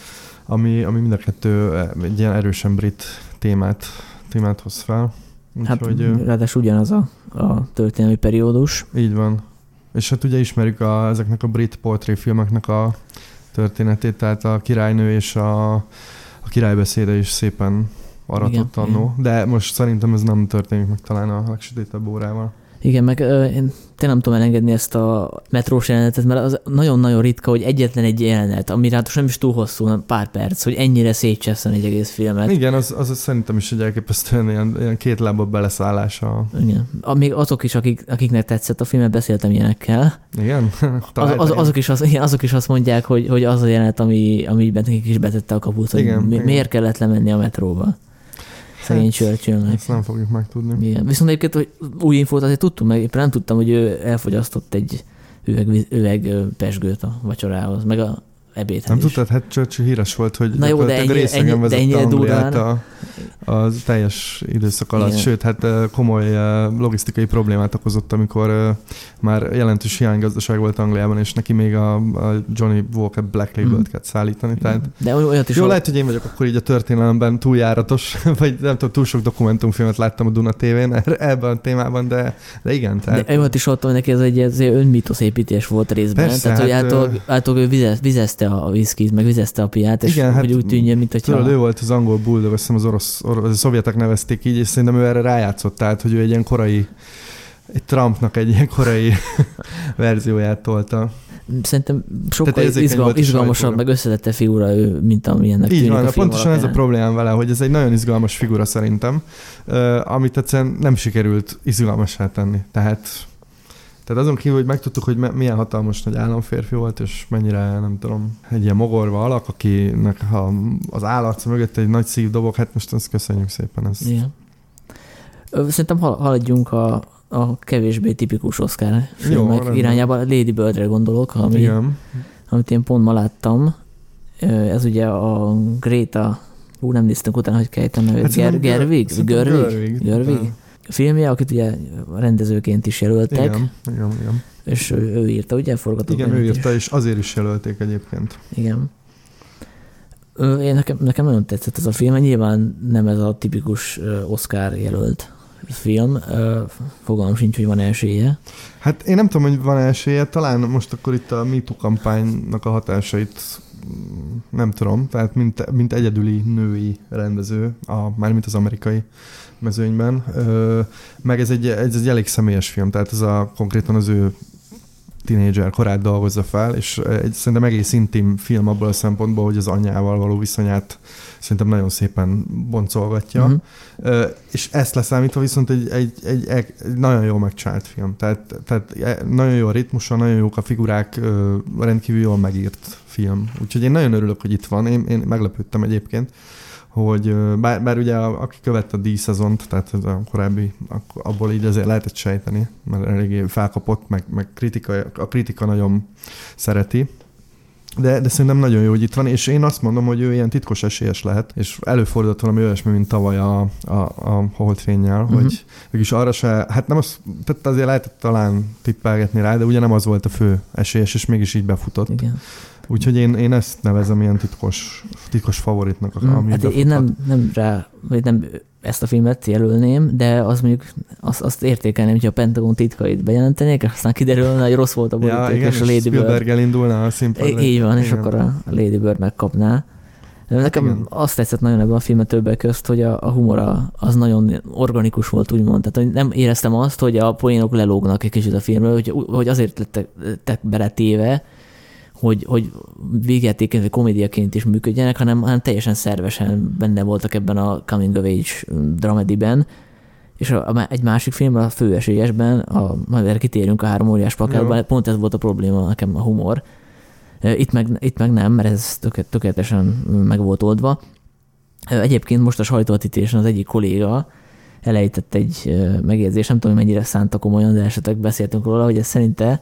ami, ami mind a kettő egy ilyen erősen brit témát, témát hoz fel. Úgy, hát hogy, ráadásul ugyanaz a, a történelmi periódus. Így van. És hát ugye ismerjük a, ezeknek a brit portréfilmeknek a történetét, tehát a királynő és a, a királybeszéde is szépen aratott annó, de most szerintem ez nem történik meg talán a Legsötétebb órával. Igen, meg ö, én tényleg nem tudom elengedni ezt a metrós jelenetet, mert az nagyon-nagyon ritka, hogy egyetlen egy jelenet, ami ráadásul nem is túl hosszú, hanem pár perc, hogy ennyire szétcseszten egy egész filmet. Igen, az, az szerintem is egy elképesztően ilyen, ilyen két lába beleszállása. Igen. Még azok is, akik, akiknek tetszett a filmet, beszéltem ilyenekkel. Igen? az, az, azok, is az, igen, azok is azt mondják, hogy, hogy az a jelenet, ami, ami nekik is betette a kaput, hogy igen, mi, igen. miért kellett lemenni a metróba. Szegény Churchillnek. Ezt nem fogjuk megtudni. Igen. Viszont egyébként, hogy új infót azért tudtunk meg, éppen nem tudtam, hogy ő elfogyasztott egy üveg, üveg pesgőt a vacsorához, meg a ebédhez nem is. tudtad, hát Churchill híres volt, hogy na jó, de ennyi, részegen vezette Angliát a, a teljes időszak alatt. Igen. Sőt, hát komoly logisztikai problémát okozott, amikor már jelentős hiánygazdaság volt Angliában, és neki még a, a Johnny Walker Black Label-t mm. kellett szállítani. Tehát de olyat is jó, lehet, hogy én vagyok akkor így a történelemben túljáratos, vagy nem tudom, túl sok dokumentumfilmet láttam a Duna té vén ebben a témában, de, de igen. Tehát... De olyat is hallottam, hogy neki ez egy, egy önmitoszépítés volt részben. Persze, tehát, hogy hát, által, által ő vizez, vizezte a viszkit, meg vizezte a piát, és igen, hogy hát, úgy tűnjön, mint hogyha... Tudod, ő volt az angol bulldog, azt hiszem az orosz, orosz, a szovjetek nevezték így, és szerintem ő erre rájátszott, tehát, hogy ő egy ilyen korai, egy Trumpnak egy ilyen korai verzióját tolta. Szerintem sokkal izgal, izgalmasabb, meg összetette figura ő, mint amilyennek így tűnik van, a film pontosan alapján. Ez a problémám vele, hogy ez egy nagyon izgalmas figura szerintem, amit egyszerűen nem sikerült izgalmassá tenni. Tehát Tehát azon kívül, hogy megtudtuk, hogy milyen hatalmas nagy államférfi volt, és mennyire, nem tudom, egy ilyen mogorva alak, akinek ha az állarca mögött egy nagy szív dobog, hát most azt köszönjük szépen ezt. Igen. Szerintem haladjunk a, a kevésbé tipikus Oscar filmek jó, irányába. Lady Birdre gondolok, ami, igen. amit én pont ma láttam. Ez ugye a Greta, ú, nem néztünk utána, hogy kell tenni, hát Ger- Gerwig? Görvig? Görvig? Filmje, akit ugye rendezőként is jelöltek. Igen, igen, igen. És ő, ő írta, ugye? Igen, ő írta, is. És azért is jelölték egyébként. Igen. Én nekem, nekem nagyon tetszett ez a film, nyilván nem ez a tipikus Oscar jelölt film. Fogalmam sincs, hogy van esélye. Hát én nem tudom, hogy van esélye. Talán most akkor itt a MeToo kampánynak a hatásait nem tudom. Tehát mint, mint egyedüli női rendező, a, mármint az amerikai mezőnyben. Meg ez egy, ez egy elég személyes film. Tehát ez a konkrétan az ő tínédzser korát dolgozza fel, és egy szerintem egész intim film abból a szempontból, hogy az anyjával való viszonyát szerintem nagyon szépen boncolgatja. Uh-huh. És ezt leszámítva viszont egy, egy, egy, egy nagyon jól megcsinált film. Tehát, tehát nagyon jó a ritmusa, nagyon jók a figurák, rendkívül jól megírt film. Úgyhogy én nagyon örülök, hogy itt van. Én, én meglepődtem egyébként, hogy bár, bár ugye a, aki követte a D-szezont, tehát az a korábbi, abból így azért lehetett sejteni, mert eléggé felkapott, meg, meg kritika, a kritika nagyon szereti. De, de szerintem nagyon jó, hogy itt van, és én azt mondom, hogy ő ilyen titkos esélyes lehet, és előfordult valami olyasmi, mint tavaly a, a, a Holdfénnyel, uh-huh. hogy mégis arra se, hát nem az, tehát azért lehetett talán tippelgetni rá, de ugye nem az volt a fő esélyes, és mégis így befutott. Igen. Úgyhogy én, én ezt nevezem ilyen titkos, titkos favoritnak. Mm, hát én nem, nem rá, vagy nem ezt a filmet jelölném, de az mondjuk azt, azt értékelném, hogyha a Pentagon titkait bejelentenék, és aztán kiderülne, hogy rossz volt a boríték, ja, és a Lady Bird. Spielberg elindulna a színpadra. Így van, és igen. Akkor a Lady Bird megkapná. Nekem igen. Azt tetszett nagyon ebben a filmet többek közt, hogy a, a humora az nagyon organikus volt, úgymond. Tehát hogy nem éreztem azt, hogy a poénok lelógnak egy kicsit a filmről, hogy, hogy azért lettek, lettek beletéve, hogy, hogy végjátékként vagy komédiaként is működjenek, hanem, hanem teljesen szervesen benne voltak ebben a coming of age dramediben. És a, a, egy másik film, a Főesélyesben, a, majd erre kitérünk a Három óriás plakátban, pont ez volt a probléma nekem, a humor. Itt meg, itt meg nem, mert ez tökélet, tökéletesen meg volt oldva. Egyébként most a sajtóvetítésen az egyik kolléga elejtett egy megjegyzést, nem tudom, hogy mennyire szánta komolyan, de esetleg beszéltünk róla, hogy ez szerinte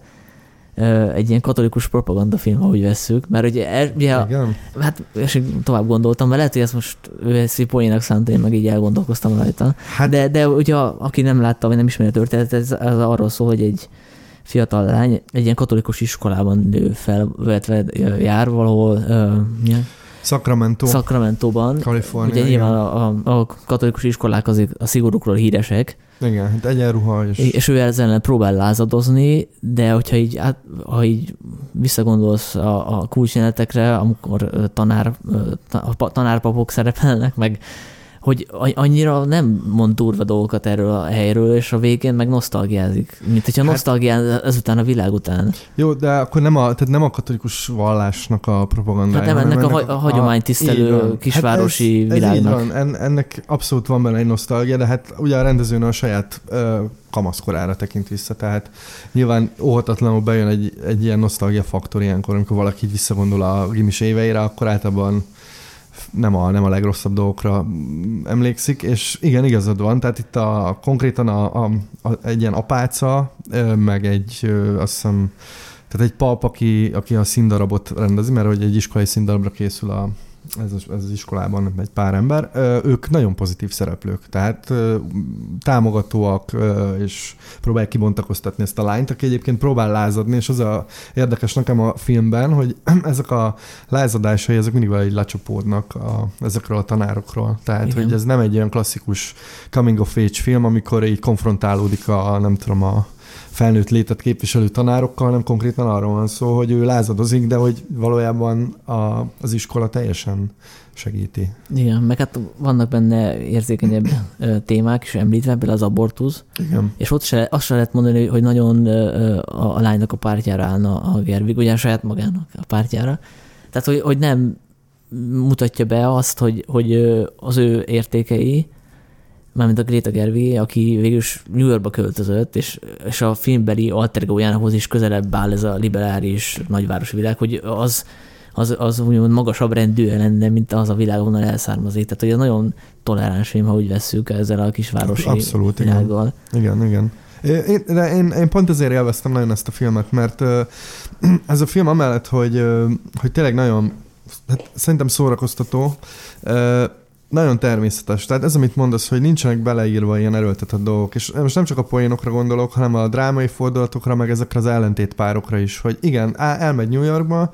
egy ilyen katolikus propagandafilm, ahogy vesszük, mert ugye, ugye hát és tovább gondoltam, mert lehet, hogy ezt most ő ezt poénnak szánta, én meg így elgondolkoztam rajta. Hát, de, de ugye aki nem látta, vagy nem ismeri a történetet, ez, ez arról szól, hogy egy fiatal lány egy ilyen katolikus iskolában nő fel, vetve jár valahol. Uh, yeah. Sacramento. Sacramento-ban. Kalifornia. Ugye nyilván a, a, a katolikus iskolák azért a szigorúkról híresek. Igen, hát egyenruha is. És ő ezzel ellen próbál lázadozni, de hogyha így, át, ha így visszagondolsz a, a kulcsjelenetekre, amikor tanár, tanárpapok szerepelnek, meg hogy annyira nem mond durva dolgokat erről a helyről, és a végén meg nosztalgiázik. Mint hogyha hát, nosztalgián ezután a világ után. Jó, de akkor nem a, tehát nem a katolikus vallásnak a propagandája. Hát nem ennek, ennek a, a hagyománytisztelő kisvárosi hát ez, világnak. Ez így van. En, ennek abszolút van benne egy nosztalgia, de hát ugye a rendezőnő a saját ö, kamaszkorára tekint vissza, tehát nyilván óhatatlanul bejön egy, egy ilyen nosztalgia faktor ilyenkor, amikor valaki visszagondol a gimis éveire, akkor általában nem a, nem a legrosszabb dolgokra emlékszik, és igen, igazad van, tehát itt a, konkrétan a, a, a, egy ilyen apáca, meg egy, azt hiszem, tehát egy pap, aki, aki a színdarabot rendezi, mert hogy egy iskolai színdarabra készül a, ez, az, ez az iskolában egy pár ember, ők nagyon pozitív szereplők, tehát támogatóak, és próbálják kibontakoztatni ezt a lányt, aki egyébként próbál lázadni, és az a érdekes nekem a filmben, hogy ezek a lázadásai, ezek mindig valahogy lecsapódnak a, ezekről a tanárokról. Tehát, igen. Hogy ez nem egy olyan klasszikus coming of age film, amikor így konfrontálódik a, nem tudom, a felnőtt létet képviselő tanárokkal, hanem konkrétan arról van szó, hogy ő lázadozik, de hogy valójában a, az iskola teljesen segíti. Igen, meg hát vannak benne érzékenyebb témák is említve, például az abortusz. Igen. És ott se, azt se lehet mondani, hogy nagyon a, a lánynak a pártjára állna a Gerwig, ugyan saját magának a pártjára. Tehát, hogy, hogy nem mutatja be azt, hogy, hogy az ő értékei, mármint a Greta Gerwig, aki végül is New Yorkba költözött, és, és a filmbeli alter egojához is közelebb áll ez a liberális nagyvárosi világ, hogy az, az, az úgymond magasabb rendű lenne, mint az a világ, onnan elszármazik. Tehát, hogy ez nagyon toleráns film, ha úgy vesszük ezzel a kisvárosi abszolút, világgal. Igen, igen. igen. Én, de én, én pont ezért élveztem nagyon ezt a filmet, mert ez a film amellett, hogy, hogy tényleg nagyon, hát szerintem szórakoztató, nagyon természetes. Tehát ez, amit mondasz, hogy nincsenek beleírva ilyen erőltetett dolgok. És most nem csak a poénokra gondolok, hanem a drámai fordulatokra, meg ezekre az ellentétpárokra is, hogy igen, elmegy New Yorkba,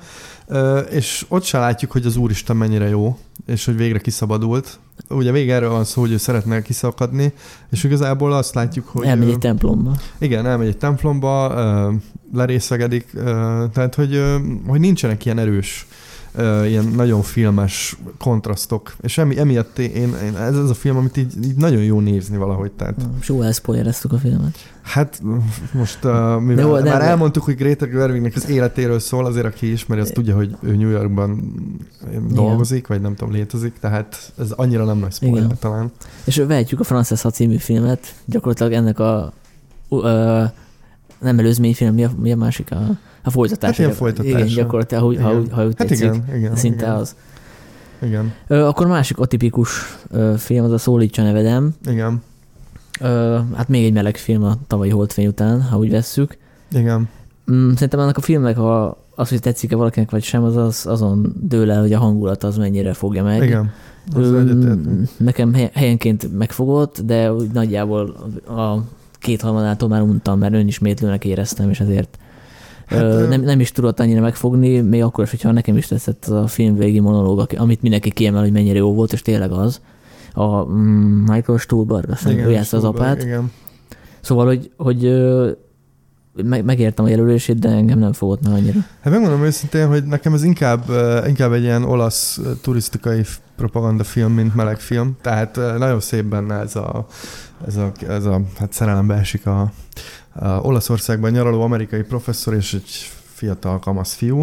és ott se látjuk, hogy az Úristen mennyire jó, és hogy végre kiszabadult. Ugye végig erről van szó, hogy ő szeretne kiszakadni, és igazából azt látjuk, hogy... Elmegy egy templomba. Igen, elmegy egy templomba, lerészegedik, tehát hogy, hogy nincsenek ilyen erős, ilyen nagyon filmes kontrasztok, és emi, emiatt én, én, ez az a film, amit így, így nagyon jó nézni valahogy. Tehát. Jó, elszpoilereztük a filmet. Hát most, uh, mivel jó, már de elmondtuk, hogy Greta Gerwignek az életéről szól, azért aki ismeri, az tudja, hogy ő New Yorkban dolgozik, igen. vagy nem tudom, létezik, tehát ez annyira nem nagy spoiler igen. talán. És vehetjük a Francesa című filmet, gyakorlatilag ennek a uh, nem előzményfilm, mi a, mi a másik? A, a folytatás. Hát ilyen folytatás. Igen, gyakorlatilag, ha, igen. ha, ha úgy hát tetszik, igen, igen, szinte igen. az. Igen. Ö, akkor másik atipikus ö, film, az a Szólítsa nevedem. Igen. Ö, hát még egy meleg film a tavalyi Holdfény után, ha úgy vesszük. Igen. Mm, szerintem ennek a filmnek a, az, hogy tetszik-e valakinek vagy sem, az, az azon dől el, hogy a hangulat az mennyire fogja meg. Igen. Ö, nekem helyenként megfogott, de úgy nagyjából a kétharmadától már untam, mert önismétlőnek éreztem, és ezért hát, ö, nem, nem is tudott annyira megfogni, még akkor is, hogyha nekem is tetszett az a film végi monológ, amit mindenki kiemel, hogy mennyire jó volt, és tényleg az. A mm, Michael Stuhlbarg, aztán ő játsza az apát. Igen. Szóval, hogy, hogy ö, meg, megértem a jelölését, de engem nem fogott meg annyira. Hát megmondom őszintén, hogy nekem ez inkább, inkább egy ilyen olasz turisztikai propagandafilm, mint melegfilm. Tehát nagyon szép benne ez a, ez a, ez a hát szerelembe esik a, a Olaszországban nyaraló amerikai professzor és egy fiatal kamasz fiú.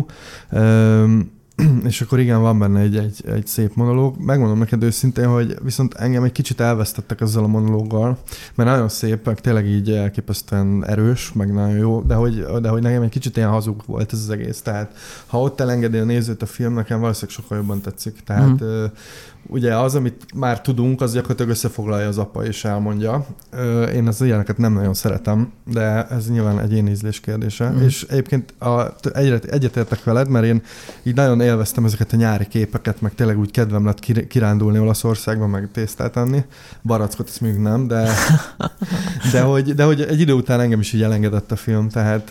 Üm, és akkor igen, van benne egy, egy, egy szép monológ. Megmondom neked őszintén, hogy viszont engem egy kicsit elvesztettek ezzel a monológgal, mert nagyon szép, meg tényleg így elképesztően erős, meg nagyon jó, de hogy, de hogy nekem egy kicsit ilyen hazug volt ez az egész. Tehát ha ott elengedi a nézőt a film, nekem valószínűleg sokkal jobban tetszik. Tehát mm. ugye az, amit már tudunk, az gyakorlatilag összefoglalja az apa és elmondja. Én az ilyeneket nem nagyon szeretem, de ez nyilván egyéni ízlés kérdése. Mm. És egyébként a, egyre, egyetértek veled, mert én így nagyon élveztem ezeket a nyári képeket, meg tényleg úgy kedvem lett kirándulni Olaszországban, meg tésztát enni. Barackot ezt még nem, de, de, hogy, de hogy egy idő után engem is így elengedett a film, tehát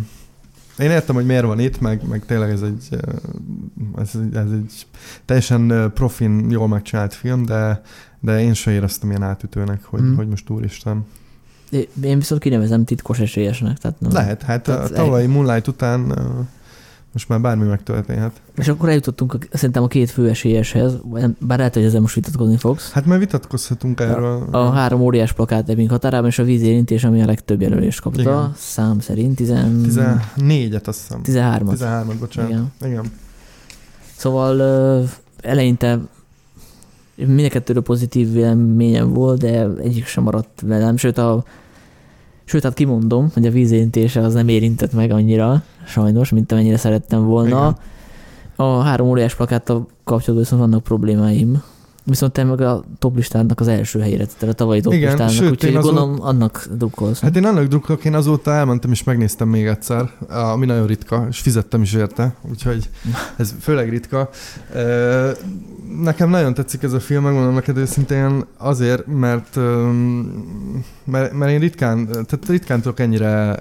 én értem, hogy miért van itt, meg, meg tényleg ez egy, ez, ez egy teljesen profin, jól megcsinált film, de, de én sem éreztem ilyen átütőnek, hogy, hmm. hogy most úristen. Én viszont kinevezem titkos esélyesnek. Tehát nem, lehet, hát tehát a tavalyi Moonlight után most már bármi megtörténhet. És akkor eljutottunk a, szerintem a két fő esélyeshez, bár lehet, hogy ezzel most vitatkozni fogsz. Hát már vitatkozhatunk erről. A, a három óriás plakát Ebbing határában, és a vízérintés, ami a legtöbb jelölést kapta. Igen. Szám szerint tizen... tizennégyet, azt hiszem. tizenhármat. tizenhármat, bocsánat. Igen. Igen. Szóval uh, eleinte mindenkettőről pozitív véleményem volt, de egyik sem maradt velem, sőt a Sőt, hát kimondom, hogy a vízérintése az nem érintett meg annyira, sajnos, mint amennyire szerettem volna. Igen. A három óriás plakáttal kapcsolatban viszont vannak problémáim. Viszont te meg a toplistának az első helyére tetted, a tavalyi toplistának, úgyhogy gondolom azó... annak drukkolsz. Hát én annak drukkolok, én azóta elmentem és megnéztem még egyszer, ami nagyon ritka, és fizettem is érte, úgyhogy ez főleg ritka. Nekem nagyon tetszik ez a film, megmondom neked őszintén azért, mert, mert, mert én ritkán, tehát ritkán tudok ennyire,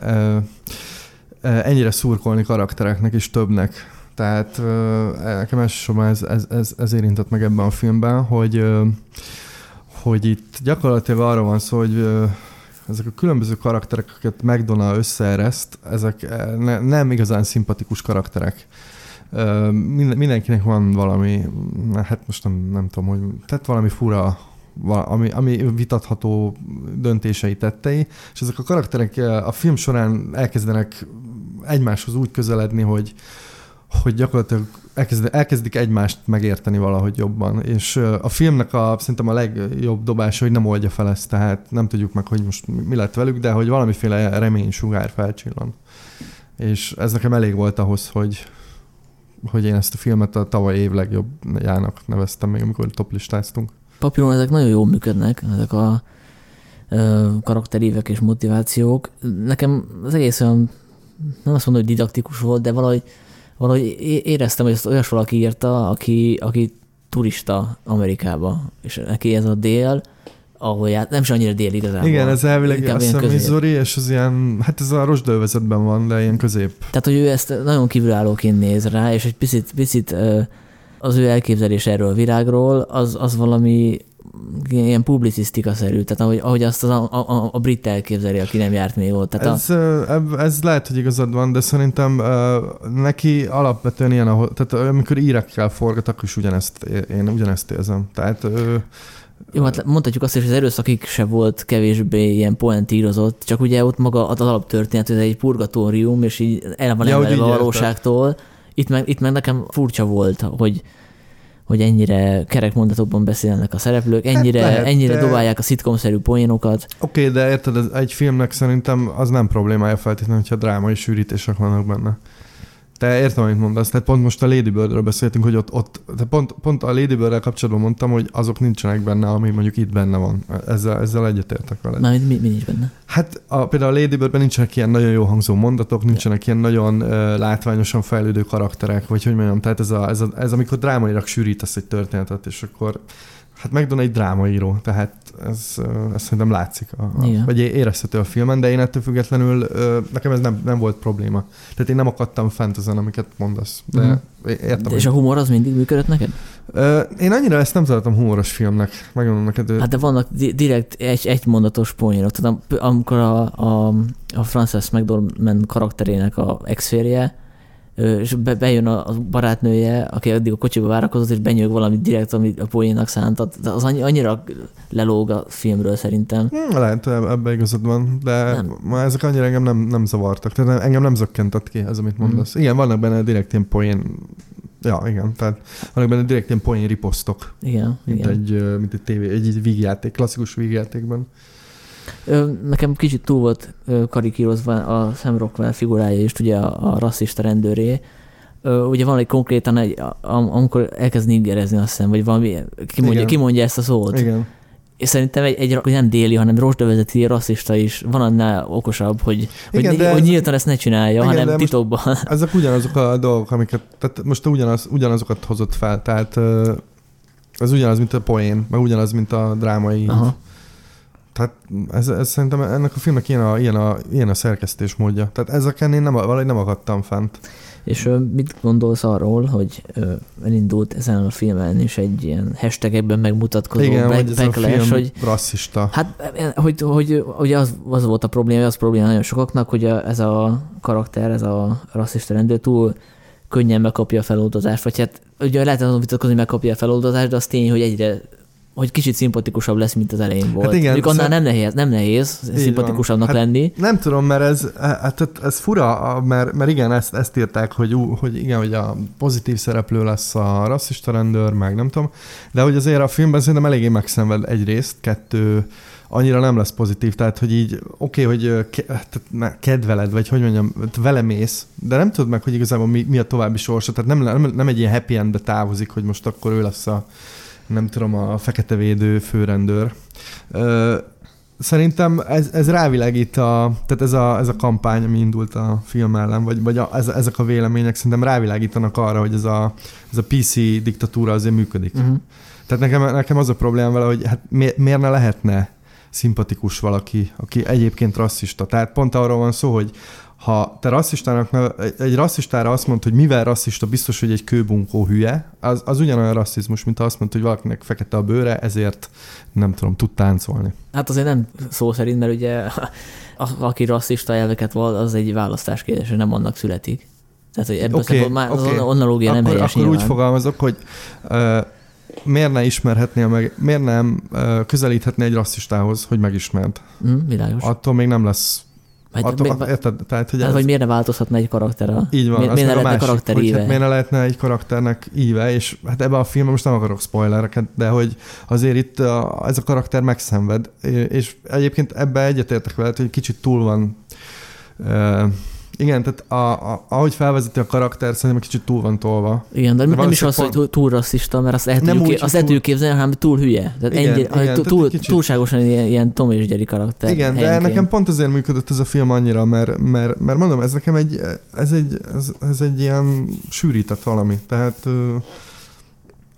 ennyire szurkolni karaktereknek és többnek. Tehát nekem elsősorban ez, ez, ez, ez érintett meg ebben a filmben, hogy, hogy itt gyakorlatilag arról van szó, hogy ezek a különböző karakterek, akiket McDonald összeereszt, ezek ne, nem igazán szimpatikus karakterek. Mindenkinek van valami, hát most nem, nem tudom, hogy, tehát valami fura, ami, ami vitatható döntései, tettei, és ezek a karakterek a film során elkezdenek egymáshoz úgy közeledni, hogy hogy gyakorlatilag elkezd, elkezdik egymást megérteni valahogy jobban. És a filmnek a, szerintem a legjobb dobása, hogy nem oldja fel ezt, tehát nem tudjuk meg, hogy most mi lett velük, de hogy valamiféle reménysugár felcsillan. És ez nekem elég volt ahhoz, hogy, hogy én ezt a filmet a tavaly év legjobbjának neveztem még, amikor toplistáztunk. Papíron ezek nagyon jól működnek, ezek a ö, karakterívek és motivációk. Nekem az egész olyan, nem azt mondom, hogy didaktikus volt, de valahogy valahogy éreztem, hogy ezt olyas valaki írta, aki, aki turista Amerikába, és neki ez a dél, ahol ját, nem is annyira dél igazából. Igen, ez elvileg azt hiszem Missouri, és az ilyen, hát ez a rozsdaövezetben van, de ilyen közép. Tehát, hogy ő ezt nagyon kívülállóként néz rá, és egy picit, picit az ő elképzelés erről a világról, az, az valami ilyen publicisztika-szerű, tehát ahogy, ahogy azt az a, a, a brit elképzeli, aki nem járt még ott. Tehát ez, a... ez lehet, hogy igazad van, de szerintem neki alapvetően ilyen, ahol, tehát amikor Irakkel forgat, akkor is ugyanezt, én ugyanezt érzem. Tehát jó, hát mondhatjuk azt is, hogy az erőszakig se volt kevésbé ilyen poentírozott, csak ugye ott maga az alaptörténet, ez egy purgatórium, és így el van ja, emelve a valóságtól. Itt meg, itt meg nekem furcsa volt, hogy hogy ennyire kerek mondatokban beszélnek a szereplők, ennyire, hát lehet, ennyire de... dobálják a szitcom-szerű poénokat. Oké, okay, de érted, ez egy filmnek szerintem az nem problémája feltétlenül, hogyha drámai sűrítések vannak benne. Te értem, amit mondasz. Tehát pont most a Lady Birdről beszéltünk, hogy ott, ott de pont, pont a Lady Birddel kapcsolatban mondtam, hogy azok nincsenek benne, ami mondjuk itt benne van. Ezzel, ezzel egyetértek veled. Na, mi, mi nincs benne? Hát a, például a Lady Birdben nincsenek ilyen nagyon jó hangzó mondatok, nincsenek ilyen nagyon uh, látványosan fejlődő karakterek, vagy hogy mondjam, tehát ez, a, ez, a, ez amikor drámailag sűrítesz egy történetet, és akkor hát McDonagh egy drámaíró, tehát ez, ez szerintem látszik, a, a, vagy érezhető a filmen, de én ettől függetlenül nekem ez nem, nem volt probléma. Tehát én nem akadtam fent ezen, amiket mondasz. De uh-huh. értem. De és a humor az mindig működött neked? Én annyira ezt nem találtam humoros filmnek, megmondom neked. Hát de vannak direkt egy, egy mondatos poénok. Tehát amikor a, a, a Frances McDormand karakterének a ex-férje, és be, bejön a barátnője, aki addig a kocsiba várakozott, és benyög valamit direkt, amit a poénnak szánt. Az annyira lelóg a filmről szerintem. Lehet, ebben igazad van, de nem. Ma ezek annyira engem nem, nem zavartak. Tehát engem nem zökkentett ki ez, amit mondasz. Mm. Igen, vannak benne direkt ilyen poén, ja, igen, tehát vannak benne direkt ilyen poén riposztok. Igen, mint igen. Egy, mint egy tévé, egy, egy vígjáték, klasszikus vígjátékban. Nekem kicsit túl volt karikírozva a Sam Rockwell figurája is, ugye a, a rasszista rendőré. Ugye van egy konkrétan, egy, amikor elkezd niggerezni, azt hiszem, vagy valami, kimondja, kimondja ezt a szót. Igen. És szerintem egy, egy nem déli, hanem rozsdavezeti rasszista is van annál okosabb, hogy, igen, hogy, hogy nyíltan ezt ne csinálja, igen, hanem titokban. Ezek ugyanazok a dolgok, amiket, tehát most ugyanaz, ugyanazokat hozott fel, tehát ez ugyanaz, mint a poén, meg ugyanaz, mint a drámai. Aha. Tehát ez, ez szerintem ennek a filmnek ilyen a, ilyen a, ilyen a szerkesztés módja. Tehát ezeken én nem, valahogy nem akadtam fent. És ö, mit gondolsz arról, hogy ö, elindult ezen a filmen is egy ilyen hashtagekben megmutatkozó igen, back, hogy ez backlash, a film hogy rasszista. Hát, hogy, hogy ugye az, az volt a probléma, az probléma nagyon sokaknak, hogy a, ez a karakter, ez a rasszista rendőr túl könnyen megkapja a feloldozást, vagy hát ugye lehet azon vitatkozni, hogy megkapja a feloldozást, de az tény, hogy egyre hogy kicsit szimpatikusabb lesz, mint az elején volt. Hát igen, annál szem... nem nehéz, nem nehéz szimpatikusabbnak hát lenni. Nem tudom, mert ez, hát ez fura, mert, mert igen, ezt, ezt írták, hogy, hogy igen, hogy a pozitív szereplő lesz a rasszista rendőr, meg nem tudom, de hogy azért a filmben szerintem eléggé megszenved egyrészt, kettő, annyira nem lesz pozitív, tehát hogy így oké, okay, hogy ke, kedveled, vagy hogy mondjam, vele mész, de nem tudod meg, hogy igazából mi, mi a további sorsa, tehát nem, nem, nem egy ilyen happy endbe távozik, hogy most akkor ő lesz a nem tudom, a fekete védő főrendőr. Szerintem ez, ez rávilágít a, tehát ez a, ez a kampány, ami indult a film ellen, vagy, vagy a, ez, ezek a vélemények szerintem rávilágítanak arra, hogy ez a, ez a pé cé diktatúra azért működik. Uh-huh. Tehát nekem, nekem az a problémám vele, hogy hát mi, miért ne lehetne szimpatikus valaki, aki egyébként rasszista. Tehát pont arról van szó, hogy ha te rasszistának, egy rasszistára azt mondod, hogy mivel rasszista, biztos, hogy egy kőbunkó hülye, az, az ugyanolyan rasszizmus, mint ha azt mondod, hogy valakinek fekete a bőre, ezért nem tudom, tud táncolni. Hát azért nem szó szerint, mert ugye a, aki rasszista elveket val, az egy választás kérdése, nem annak születik. Tehát, hogy ebből okay, már okay. az analógia nem helyes Akkor nyilván. Úgy fogalmazok, hogy uh, miért ne ismerhetnél meg, miért nem uh, közelíthetnél egy rasszistához, hogy megismerd. Mm, világos. Attól még nem lesz. Hát, attól, még, érted? Tehát, hogy hát, ez... vagy miért ne változhatna egy karakter a... Így van. Mi, miért ne lehetne másik, karakter hogy, íve? Hát, miért ne lehetne egy karakternek íve, és hát ebben a filmben most nem akarok spoilereket, de hogy azért itt a, ez a karakter megszenved, és egyébként ebben egyetértek veled, hogy kicsit túl van... Uh, igen, tehát a, a, ahogy felvezeti a karakter, szerintem kicsit túl van tolva. Igen, de, de nem is az, pont... hogy túl rasszista, mert azt el tudjuk, úgy, azt túl... tudjuk képzelni, hanem túl hülye. Tehát igen, ennyi, igen, túl, túl, kicsit... túlságosan ilyen, ilyen Tom és Jerry karakter. Igen, helyenként. De nekem pont azért működött ez a film annyira, mert, mert, mert mondom, ez nekem egy, ez egy, ez, ez egy ilyen sűrített valami. Tehát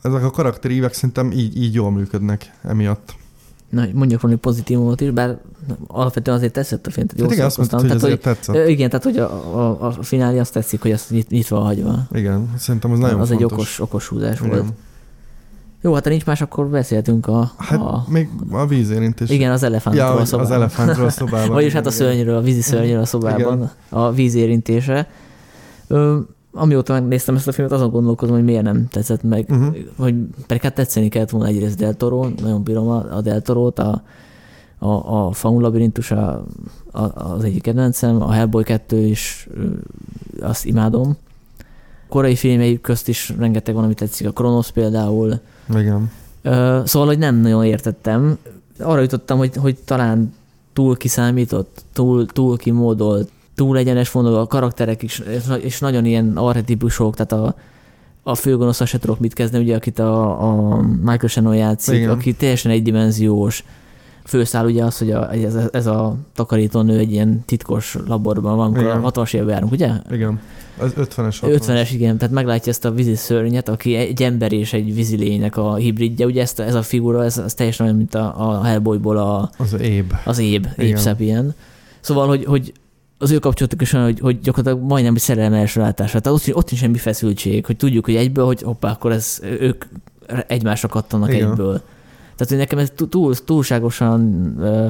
ezek a karakterívek szerintem így, így jól működnek emiatt. Na, mondjuk valami pozitívumot is, bár alapvetően azért tetszett a film, tehát jól igen, azt mondtad, hogy tehát, azért hogy, tetszett. Igen, tehát hogy a, a, a finálé azt tetszik, hogy ezt nyit, nyitva hagyva. Igen, szerintem az nagyon az fontos. Az egy okos, okos húzás igen. volt. Jó, hát ha nincs más, akkor beszéltünk a... Hát a, még a vízérintés. Igen, az elefántról ja, a szobában. az elefántról a szobában. Vagyis hát a szörnyről, a vízi szörnyről a szobában, igen. A vízérintése. Ö, amióta megnéztem ezt a filmet, azon gondolkozom, hogy miért nem tetszett meg. Uh-huh. Hogy pedig hát tetszeni kellett volna egyrészt Del Toro, nagyon bírom a, a Del Torót, a, a, a Faun labirintus a, a, az egyik kedvencem, a Hellboy kettő is, azt imádom. Korai filmjeik közt is rengeteg van, amit tetszik, a Kronosz például. Igen. Uh, szóval, hogy nem nagyon értettem. Arra jutottam, hogy, hogy talán túl kiszámított, túl, túl kimódolt, túl egyenes vonalú a karakterek is, és nagyon ilyen archetípusok, tehát a, a főgonoszal se tudok mit kezdeni, ugye, akit a, a Michael Shannon játszik, igen. Aki teljesen egydimenziós. Főszál ugye az, hogy a, ez, ez a takarítónő egy ilyen titkos laborban van, amikor a hatvanas évben járunk, ugye? Igen. Az ötvenes. hatvanas. ötvenes, igen. Tehát meglátja ezt a vízi szörnyet, aki egy ember és egy vízilénynek a hibridje. Ugye ezt, ez a figura, ez, ez teljesen olyan, mint a, a Hellboyból a... Az éb. Az éb, éb Sapien. Szóval, hogy, hogy az ő kapcsolatuk is olyan, hogy, hogy gyakorlatilag majdnem egy szerelem első látásra. Tehát ott, ott nincs semmi feszültség, hogy tudjuk, hogy egyből, hogy hoppá, akkor ez, ők egymásra kattanak igen. egyből. Tehát, hogy nekem ez túl, túlságosan uh,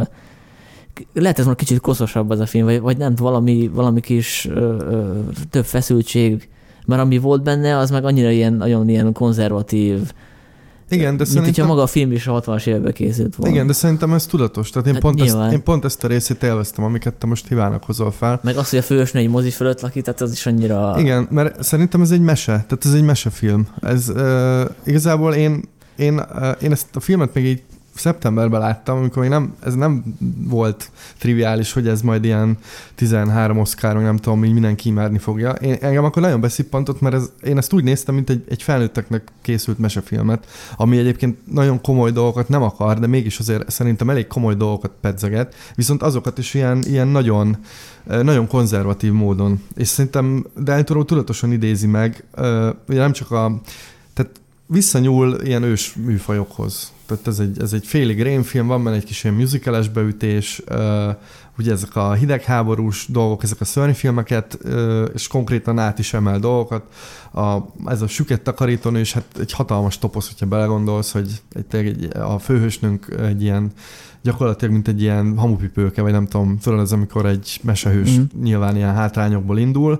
lehet ez már kicsit koszosabb az a film, vagy, vagy nem, valami, valami kis uh, uh, több feszültség, mert ami volt benne, az meg annyira ilyen, nagyon ilyen konzervatív. Igen, de szerintem... hogyha maga a film is a hatvanas években készült volna. Igen, de szerintem ez tudatos. Tehát én, hát pont, ezt, én pont ezt a részét élveztem, amiket te most hibának hozol fel. Meg az, hogy a főhősnő egy mozi fölött lakít, tehát az is annyira... Igen, mert szerintem ez egy mese. Tehát ez egy mesefilm. Ez uh, igazából én Én, én ezt a filmet még így szeptemberben láttam, amikor még nem, ez nem volt triviális, hogy ez majd ilyen tizenhárom Oscar, nem tudom, így mindenki imádni fogja. Én, engem akkor nagyon beszippantott, mert ez, én ezt úgy néztem, mint egy, egy felnőtteknek készült mesefilmet, ami egyébként nagyon komoly dolgokat nem akar, de mégis azért szerintem elég komoly dolgokat pedzeget, viszont azokat is ilyen, ilyen nagyon, nagyon konzervatív módon. És szerintem Del Toro tudatosan idézi meg, ugye nem csak a... Tehát visszanyúl ilyen ős műfajokhoz. Tehát ez egy, ez egy félig rémfilm, van benne egy kis ilyen musical-es beütés, uh, ugye ezek a hidegháborús dolgok, ezek a szörnyfilmeket, uh, és konkrétan át is emel dolgokat. A, ez a süket takarítónő is hát egy hatalmas toposz, hogyha belegondolsz, hogy egy, egy, a főhősnünk egy ilyen, gyakorlatilag mint egy ilyen hamupipőke, vagy nem tudom, tudod, ez amikor egy mesehős mm. nyilván ilyen hátrányokból indul,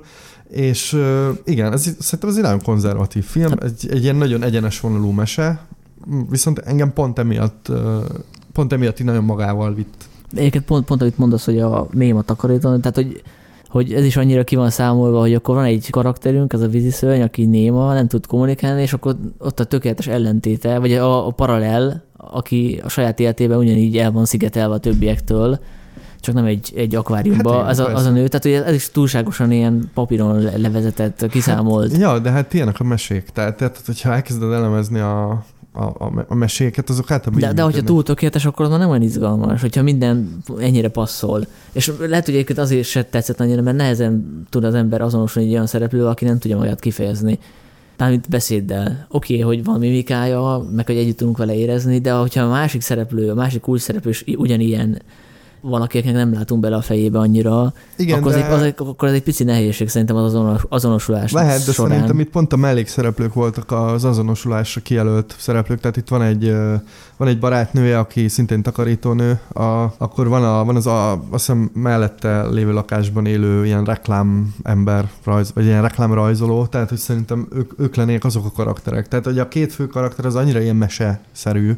és uh, igen, ez, szerintem ez egy nagyon konzervatív film, egy, egy ilyen nagyon egyenes vonalú mese, viszont engem pont emiatt, uh, pont emiatt így nagyon magával vitt. Egyébként pont, pont amit mondasz, hogy a mém a takarító, tehát hogy, hogy ez is annyira ki van számolva, hogy akkor van egy karakterünk, ez a víziszörny, aki néma, nem tud kommunikálni, és akkor ott a tökéletes ellentéte, vagy a, a paralel, aki a saját életében ugyanígy el van szigetelve a többiektől, csak nem egy, egy akváriumban, hát az, a, az a nő. Tehát ugye ez is túlságosan ilyen papíron levezetett, kiszámolt. Hát, ja, de hát ilyenek a mesék. Tehát, tehát hogyha elkezded elemezni a, a, a, a meséket, azok általában... De, de hogyha túl tökéletes, akkor az már nem olyan izgalmas, hogyha minden ennyire passzol. És lehet, hogy egyébként azért se tetszett annyira, mert nehezen tud az ember azonosulni egy olyan szereplő, aki nem tudja magát kifejezni. Mármint beszéddel. Oké, okay, hogy van mimikája, meg hogy együtt tudunk vele érezni, de hogyha a másik szereplő, a másik kulcs szereplő is ugyanilyen, van, akiknek nem látunk bele a fejébe annyira, igen, akkor, de... az egy, az, akkor ez egy pici nehézség szerintem az azonos, azonosulás lehet, de során. Szerintem itt pont a mellékszereplők voltak az azonosulásra kijelölt szereplők, tehát itt van egy, van egy barátnője, aki szintén takarítónő, a, akkor van, a, van az a, azt hiszem mellette lévő lakásban élő ilyen reklám ember, rajz, vagy ilyen reklámrajzoló, tehát hogy szerintem ők, ők lennék azok a karakterek. Tehát hogy a két fő karakter az annyira ilyen mese-szerű,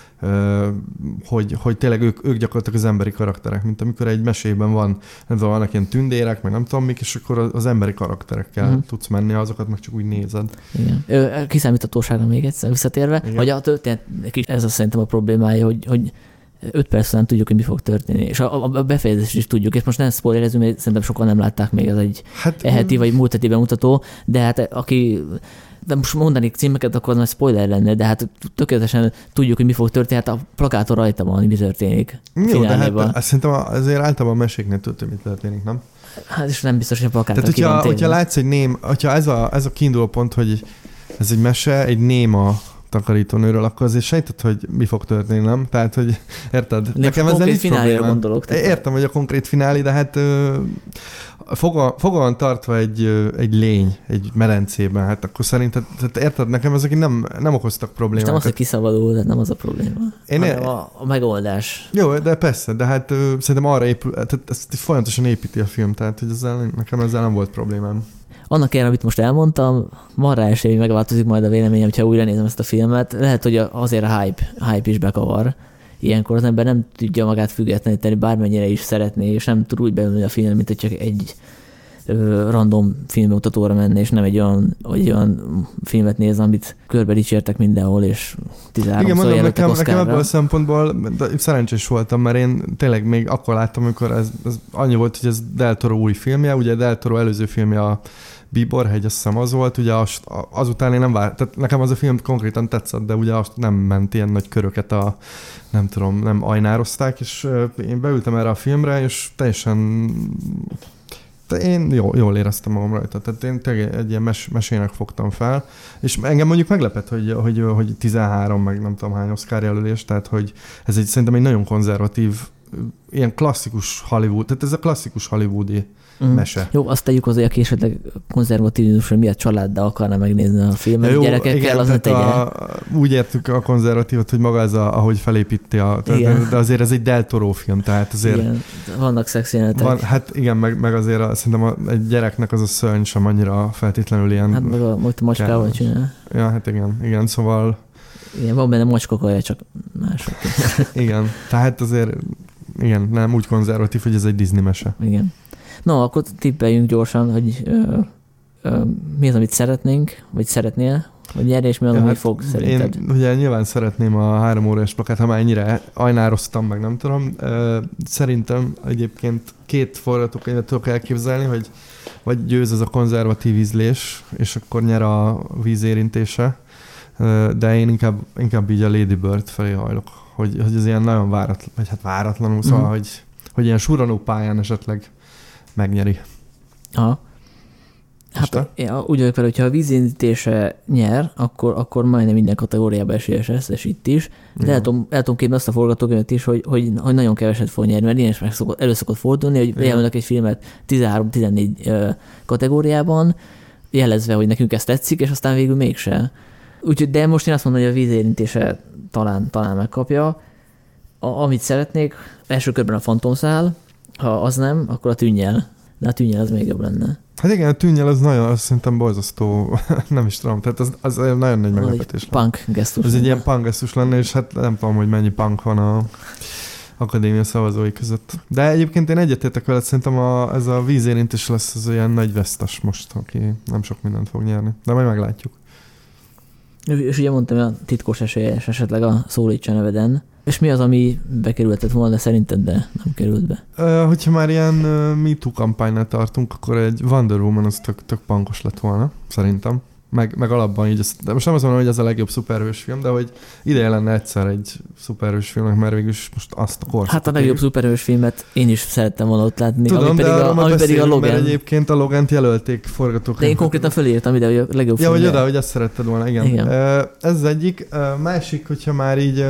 hogy, hogy tényleg ők, ők gyakorlatilag az emberi karakterek, mint amikor egy mesében van, nem tudom, vannak ilyen tündérek, meg nem tudom mik, és akkor az emberi karakterekkel uh-huh. tudsz menni, azokat meg csak úgy nézed. Igen. Kiszámíthatóságra még egyszer visszatérve, igen. Hogy a történet, ez az szerintem a problémája, hogy, hogy öt perc után tudjuk, hogy mi fog történni, és a, a befejezést is tudjuk, és most nem spoilerezünk, mert szerintem sokan nem látták még, ez egy hát, eheti vagy múlt heti bemutató, de hát aki de most mondanék címeket, akkor nagy spoiler lenne, de hát tökéletesen tudjuk, hogy mi fog történni, hát a plakátor rajta van, hogy mi történik. Jó, de hát szerintem azért általában a meséknél tudja, mit történik, nem? Hát és nem biztos, hogy a plakátor tehát, ki van hogyha, hogyha látsz egy ném, hogyha ez a, ez a kiinduló pont, hogy ez egy mese, egy néma takarítónőről, akkor azért sejtett, hogy mi fog történni, nem? Tehát, hogy érted? Nem, nekem ezzel nincs problémám. Gondolok, értem, hogy a konkrét finálé, de hát fogalman tartva egy, egy lény egy medencében, hát akkor szerinted, tehát érted, nekem ezek nem, nem okoztak problémát. És nem az, hogy kiszabadul, de nem az a probléma. Én hanem é... a, a megoldás. Jó, de persze, de hát szerintem arra épül, tehát ezt folyamatosan építi a film, tehát hogy ezzel, nekem ezzel nem volt problémám. Annak ellenére, amit most elmondtam, van rá esély, hogy megváltozik majd a véleményem, ha újra nézem ezt a filmet. Lehet, hogy azért a hype, hype is bekavar. Ilyenkor az ember nem tudja magát függetleníteni, bármennyire is szeretné, és nem tud úgy beülni a film, mint hogy csak egy ö, random filmmutatóra menne, és nem egy olyan, egy olyan filmet néz, amit körbe dicsértek mindenhol, és tizenháromszor jelöltek Oscarra. Nekem ebből a szempontból szerencsés voltam, mert én tényleg még akkor láttam, amikor ez, ez annyi volt, hogy ez Del Toro új filmje, ugye Del Toro előző filmje a Bíborhegy, azt hiszem az volt, ugye az, azután én nem várt, tehát nekem az a film konkrétan tetszett, de ugye azt nem ment ilyen nagy köröket a, nem tudom, nem ajnározták, és én beültem erre a filmre, és teljesen én jól, jól éreztem magam rajta, tehát én tényleg egy ilyen mes, mesének fogtam fel, és engem mondjuk meglepett, hogy, hogy, hogy tizenhárom, meg nem tudom hány Oscar jelölés, tehát hogy ez egy, szerintem egy nagyon konzervatív, ilyen klasszikus Hollywood, tehát ez a klasszikus hollywoodi Mm. mese. Jó, azt tegyük hozzá, aki esetleg konzervatívusra miatt családdal akarna megnézni a filmet, jó, gyerekekkel, igen, az ne tegye. A, úgy értük a konzervatívat, hogy maga ez, a, ahogy felépíti, a, de, de azért ez egy Del Toro film, tehát azért... Igen, vannak szexjelenetek. Van, hát igen, meg, meg azért a, szerintem a, egy gyereknek az a szörny sem annyira feltétlenül ilyen... Hát meg a, most a macskával csinál. Ja, hát igen, igen, szóval... Igen, van benne macskakaja, csak mások. Igen, tehát azért igen, nem úgy konzervatív, hogy ez egy Disney mese. Igen. No, akkor tippeljünk gyorsan, hogy ö, ö, mi az, amit szeretnénk, vagy szeretnél, vagy nyerni, és mi az, ja, amit hát fog szerinted. Én ugye nyilván szeretném a három órás plakát, ha már ennyire ajnároztam, meg nem tudom. Szerintem egyébként két forgatókönyvet tudok elképzelni, hogy vagy győz ez a konzervatív ízlés, és akkor nyer a víz érintése, de én inkább, inkább így a Lady Bird felé hajlok, hogy, hogy ez ilyen nagyon váratlan, vagy hát váratlanul, szóval, mm. hogy, hogy ilyen surranó pályán esetleg megnyeri. Aha. Hát én úgy vagyok vele, hogyha a vízindítése nyer, akkor, akkor majdnem minden kategóriában esélyes lesz, és itt is. De el tudom, el tudom képni azt a forgatókönyvet is, hogy, hogy, hogy nagyon keveset fog nyerni, mert én is meg szokott, elő szokott fordulni, hogy jelölnek egy filmet tizenhárom-tizennégy kategóriában, jelezve, hogy nekünk ez tetszik, és aztán végül mégse. Úgyhogy, de most én azt mondom, hogy a vízérintése talán, talán megkapja. A, amit szeretnék, első körben a fantomszál, ha az nem, akkor a tűnnyel. De a tűnnyel az még jobb lenne. Hát igen, a tűnnyel az nagyon, azt szerintem borzasztó, nem is tudom, tehát az, az nagyon nagy meglepetés lenne. Punk gesztus. Ez egy ilyen punk gesztus lenne, és hát nem tudom, hogy mennyi punk van a akadémia szavazói között. De egyébként én egyetértek veled, szerintem a, ez a vízérintés lesz az olyan nagy vesztes most, aki nem sok mindent fog nyerni. De majd meglátjuk. És ugye mondtam, hogy a titkos esélyes esetleg a Szólítsa neveden. És mi az, ami bekerülhetett volna, de szerinted de nem került be? Uh, hogyha már ilyen uh, MeToo kampánynál tartunk, akkor egy Wonder Woman az tök, tök pankos lett volna, szerintem. Meg, meg alapban így, de most nem azt mondom, hogy ez a legjobb szuperhős film, de hogy ideje lenne egyszer egy szuperhős filmnek, mert végülis most azt a korszakot. Hát a legjobb szuperhős filmet én is szerettem volna ott látni, tudom, ami pedig de a, ami pedig a Logan. Mert egyébként a Logant jelölték forgatókönyvet. De én konkrétan fölírtam ide, hogy a legjobb ja, film. Ja, hogy oda, hogy azt szeretted volna, igen. igen. Ez az egyik. Másik, hogyha már így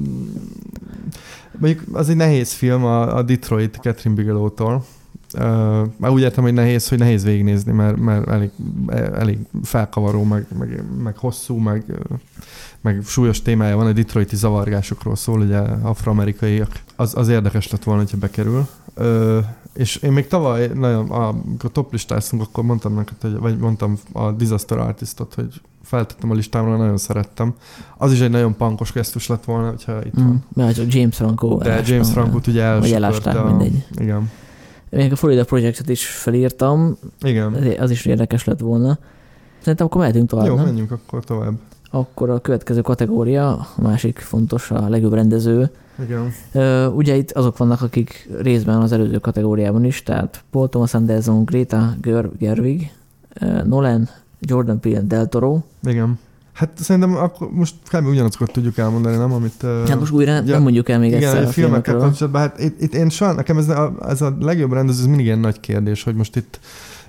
mondjuk az egy nehéz film, a, a Detroit Catherine Bigelow-tól. Uh, már úgy értem, hogy nehéz, hogy nehéz végignézni, mert, mert elég, elég felkavaró, meg, meg, meg hosszú, meg, meg súlyos témája van, a detroiti zavargásokról szól, ugye afroamerikaiak. Az, az érdekes lett volna, hogyha bekerül. Uh, és én még tavaly, nagyon, amikor toplistáztunk, akkor mondtam neked, hogy, vagy mondtam a Disaster Artistot, hogy feltettem a listámra, nagyon szerettem. Az is egy nagyon pankos gesztus lett volna, hogyha itt mm, van. Mert James Franco. De James Franco-t ugye elsöpörte. mindegy. Igen. Még a Florida Project-et is felírtam. Igen. Az is érdekes lett volna. Szerintem akkor mehetünk tovább, Jó, nem? menjünk akkor tovább. Akkor a következő kategória, a másik fontos, a legjobb rendező. Igen. Uh, ugye itt azok vannak, akik részben az előző kategóriában is, tehát Paul Thomas Anderson, Greta Gerwig, uh, Nolan, Jordan Peele, Del Toro. Igen. Hát szerintem akkor most kb. Ugyanazokat tudjuk elmondani, nem? Amit, hát most újra ugye, nem mondjuk el még igen, egyszer a filmekkel kapcsolatban. Hát itt, itt én sajnál, nekem ez a, ez a legjobb rendező, ez mindig ilyen nagy kérdés, hogy most itt,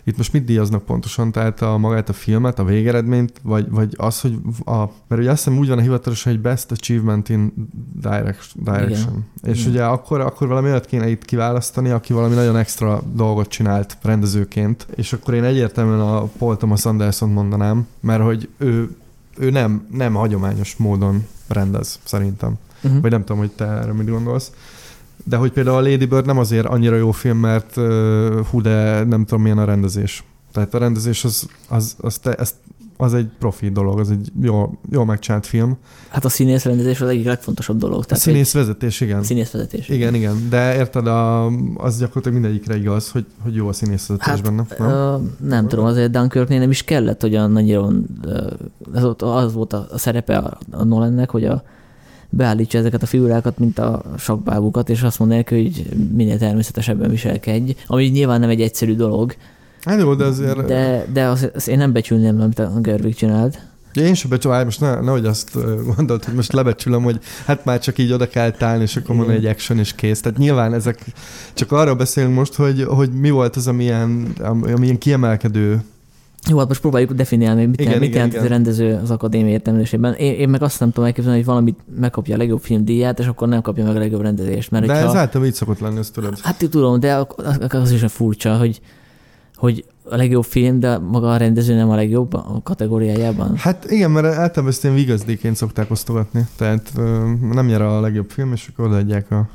itt most mit díjaznak pontosan? Tehát a magát a filmet, a végeredményt, vagy, vagy az, hogy a, mert ugye azt hiszem úgy van a hivatalosan, hogy Best Achievement in Direction. direction. És Igen. ugye akkor, akkor valami olyat kéne itt kiválasztani, aki valami nagyon extra dolgot csinált rendezőként, és akkor én egyértelműen a Paul Thomas Andersont mondanám, mert hogy ő, ő nem, nem hagyományos módon rendez, szerintem. Uh-huh. Vagy nem tudom, hogy te erre mit gondolsz. De hogy például a Lady Bird nem azért annyira jó film, mert uh, hú, de nem tudom milyen a rendezés. Tehát a rendezés az, az, az, te, az, az egy profi dolog, az egy jól, jól megcsinált film. Hát a színész rendezés az egyik legfontosabb dolog. Tehát a színész vezetés, igen. Színész vezetés. Igen, igen. De érted, a, az gyakorlatilag mindegyikre igaz, hogy, hogy jó a színész vezetés hát, benne. Nem, uh, nem tudom, azért Dunkirknél nem is kellett, hogy annyira uh, az, az volt a, a szerepe a, a Nolannek, hogy a beállítsa ezeket a figurákat, mint a sakkbábukat, és azt mondják, hogy minél természetesebben viselkedj, ami nyilván nem egy egyszerű dolog. Hát jó, de azért... De, de azt az én nem becsülném, amit a Gerwig csinált. Ja, én sem becsülöm, most ne, nehogy azt gondolt, hogy most lebecsülöm, hogy hát már csak így oda kell állni, és akkor mondani egy action és kész. Tehát nyilván ezek, csak arról beszélünk most, hogy, hogy mi volt az, amilyen, amilyen kiemelkedő. Jó, hát most próbáljuk definiálni, mit, igen, mit igen, jelent igen. ez a rendező az akadémia értelmezésében. Én, én meg azt nem tudom elképzelni, hogy valamit megkapja a legjobb filmdíját, és akkor nem kapja meg a legjobb rendezést. Mert de hogyha, ez általában így szokott lenni, ezt tudod. Hát tudom, de az is a furcsa, hogy, hogy a legjobb film, de maga a rendező nem a legjobb a kategóriájában. Hát igen, mert általában ezt ilyen vigazdéként szokták osztogatni. Tehát nem nyer a legjobb film, és akkor odaadják a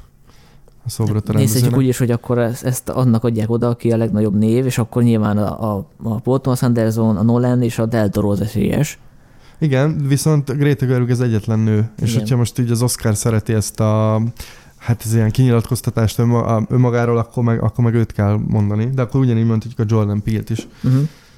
a szobrot a rendezőnek. Nézzük úgy is, hogy akkor ezt, ezt annak adják oda, aki a legnagyobb név, és akkor nyilván a, a, a Paul Thomas Anderson, a Nolan és a Del Toro az esélyes. Igen, viszont Greta Gerwig az egyetlen nő, és Igen. hogyha most így az Oscar szereti ezt a hát ez ilyen kinyilatkoztatást önmagáról, akkor meg, akkor meg őt kell mondani, de akkor ugyanígy mondhatjuk a Jordan Peele-t is. Uh-huh.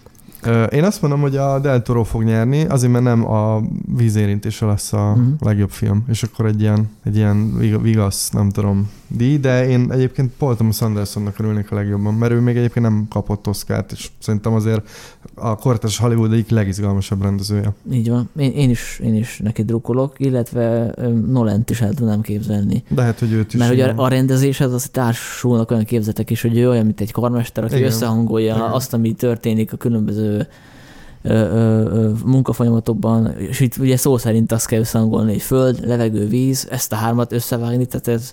Én azt mondom, hogy a Del Toro fog nyerni, azért, mert nem a vízérintése lesz a uh-huh. legjobb film, és akkor egy ilyen, egy ilyen vigasz, nem tudom, díj, de én egyébként Paul Thomas Andersonnak örülnék a legjobban, mert ő még egyébként nem kapott Oscart, és szerintem azért a kortárs Hollywood egyik legizgalmasabb rendezője. Így van. Én, én, is, én is neki drukkolok, illetve Nolent is el tudnám képzelni. De hát, hogy őt is. Mert hogy a, a rendezéshez az társulnak olyan képzetek is, hogy ő olyan, mint egy karmester, aki Igen. összehangolja Igen. azt, ami történik a különböző ö, ö, ö, munkafolyamatokban, és itt ugye szó szerint azt kell összehangolni, hogy föld, levegő, víz, ezt a hármat összevágni, tehát ez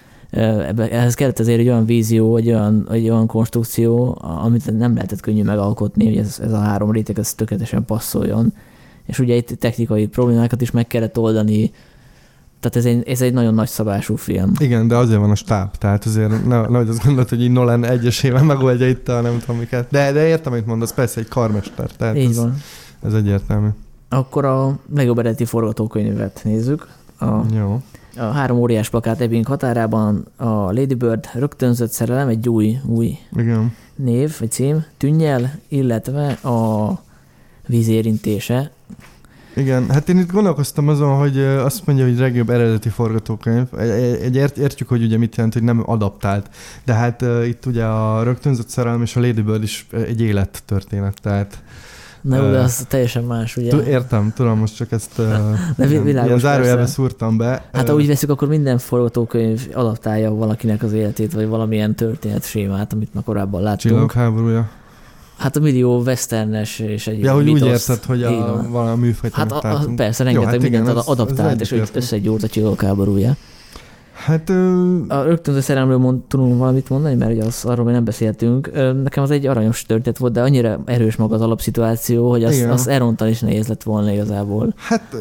ehhez kellett azért egy olyan vízió, egy olyan, egy olyan konstrukció, amit nem lehetett könnyű megalkotni, hogy ez, ez a három réteg ez tökéletesen passzoljon. És ugye itt technikai problémákat is meg kellett oldani, tehát ez egy, ez egy nagyon nagy szabású film. Igen, de azért van a stáb, tehát azért ne, nehogy azt gondolod, hogy így Nolan egyesével megoldja itt a nem tudom miket. De, de értem, amit mondasz, persze egy karmester, tehát így ez, van. Ez egyértelmű. Akkor a legjobb eredeti forgatókönyvet nézzük. A, Jó. A három óriás plakát Ebbing határában, a Lady Bird rögtönzött szerelem, egy új, új Igen. név, vagy cím, Tűnnyel, illetve a víz érintése. Igen, hát én itt gondolkoztam azon, hogy azt mondja, hogy legjobb eredeti forgatókönyv. Egy, ért, értjük, hogy ugye mit jelent, hogy nem adaptált. De hát uh, itt ugye a rögtönzött szerelem és a Lady Bird is egy élettörténet, tehát Na jó, de az teljesen más, ugye? Értem, tudom, most csak ezt uh, de ilyen, ilyen zárójelbe szúrtam be. Hát ha úgy veszük, akkor minden forgatókönyv adaptálja valakinek az életét, vagy valamilyen történetsémát, amit már korábban láttunk. Csillagok háborúja. Hát a millió westernes és egy Ja, hogy mitoszt. Úgy érted, hogy a, valami műfajt Hát a, a, persze, rengeteg jó, hát mindent igen, adaptált, és összegyúrt a Csillagok háborúja. Hát... Ö... A rögtönző szerelemről mond, tudunk valamit mondani, mert ugye az, arról még nem beszéltünk. Nekem az egy aranyos történet volt, de annyira erős maga az alapszituáció, hogy azt, azt elrontani is nehéz lett volna igazából. Hát,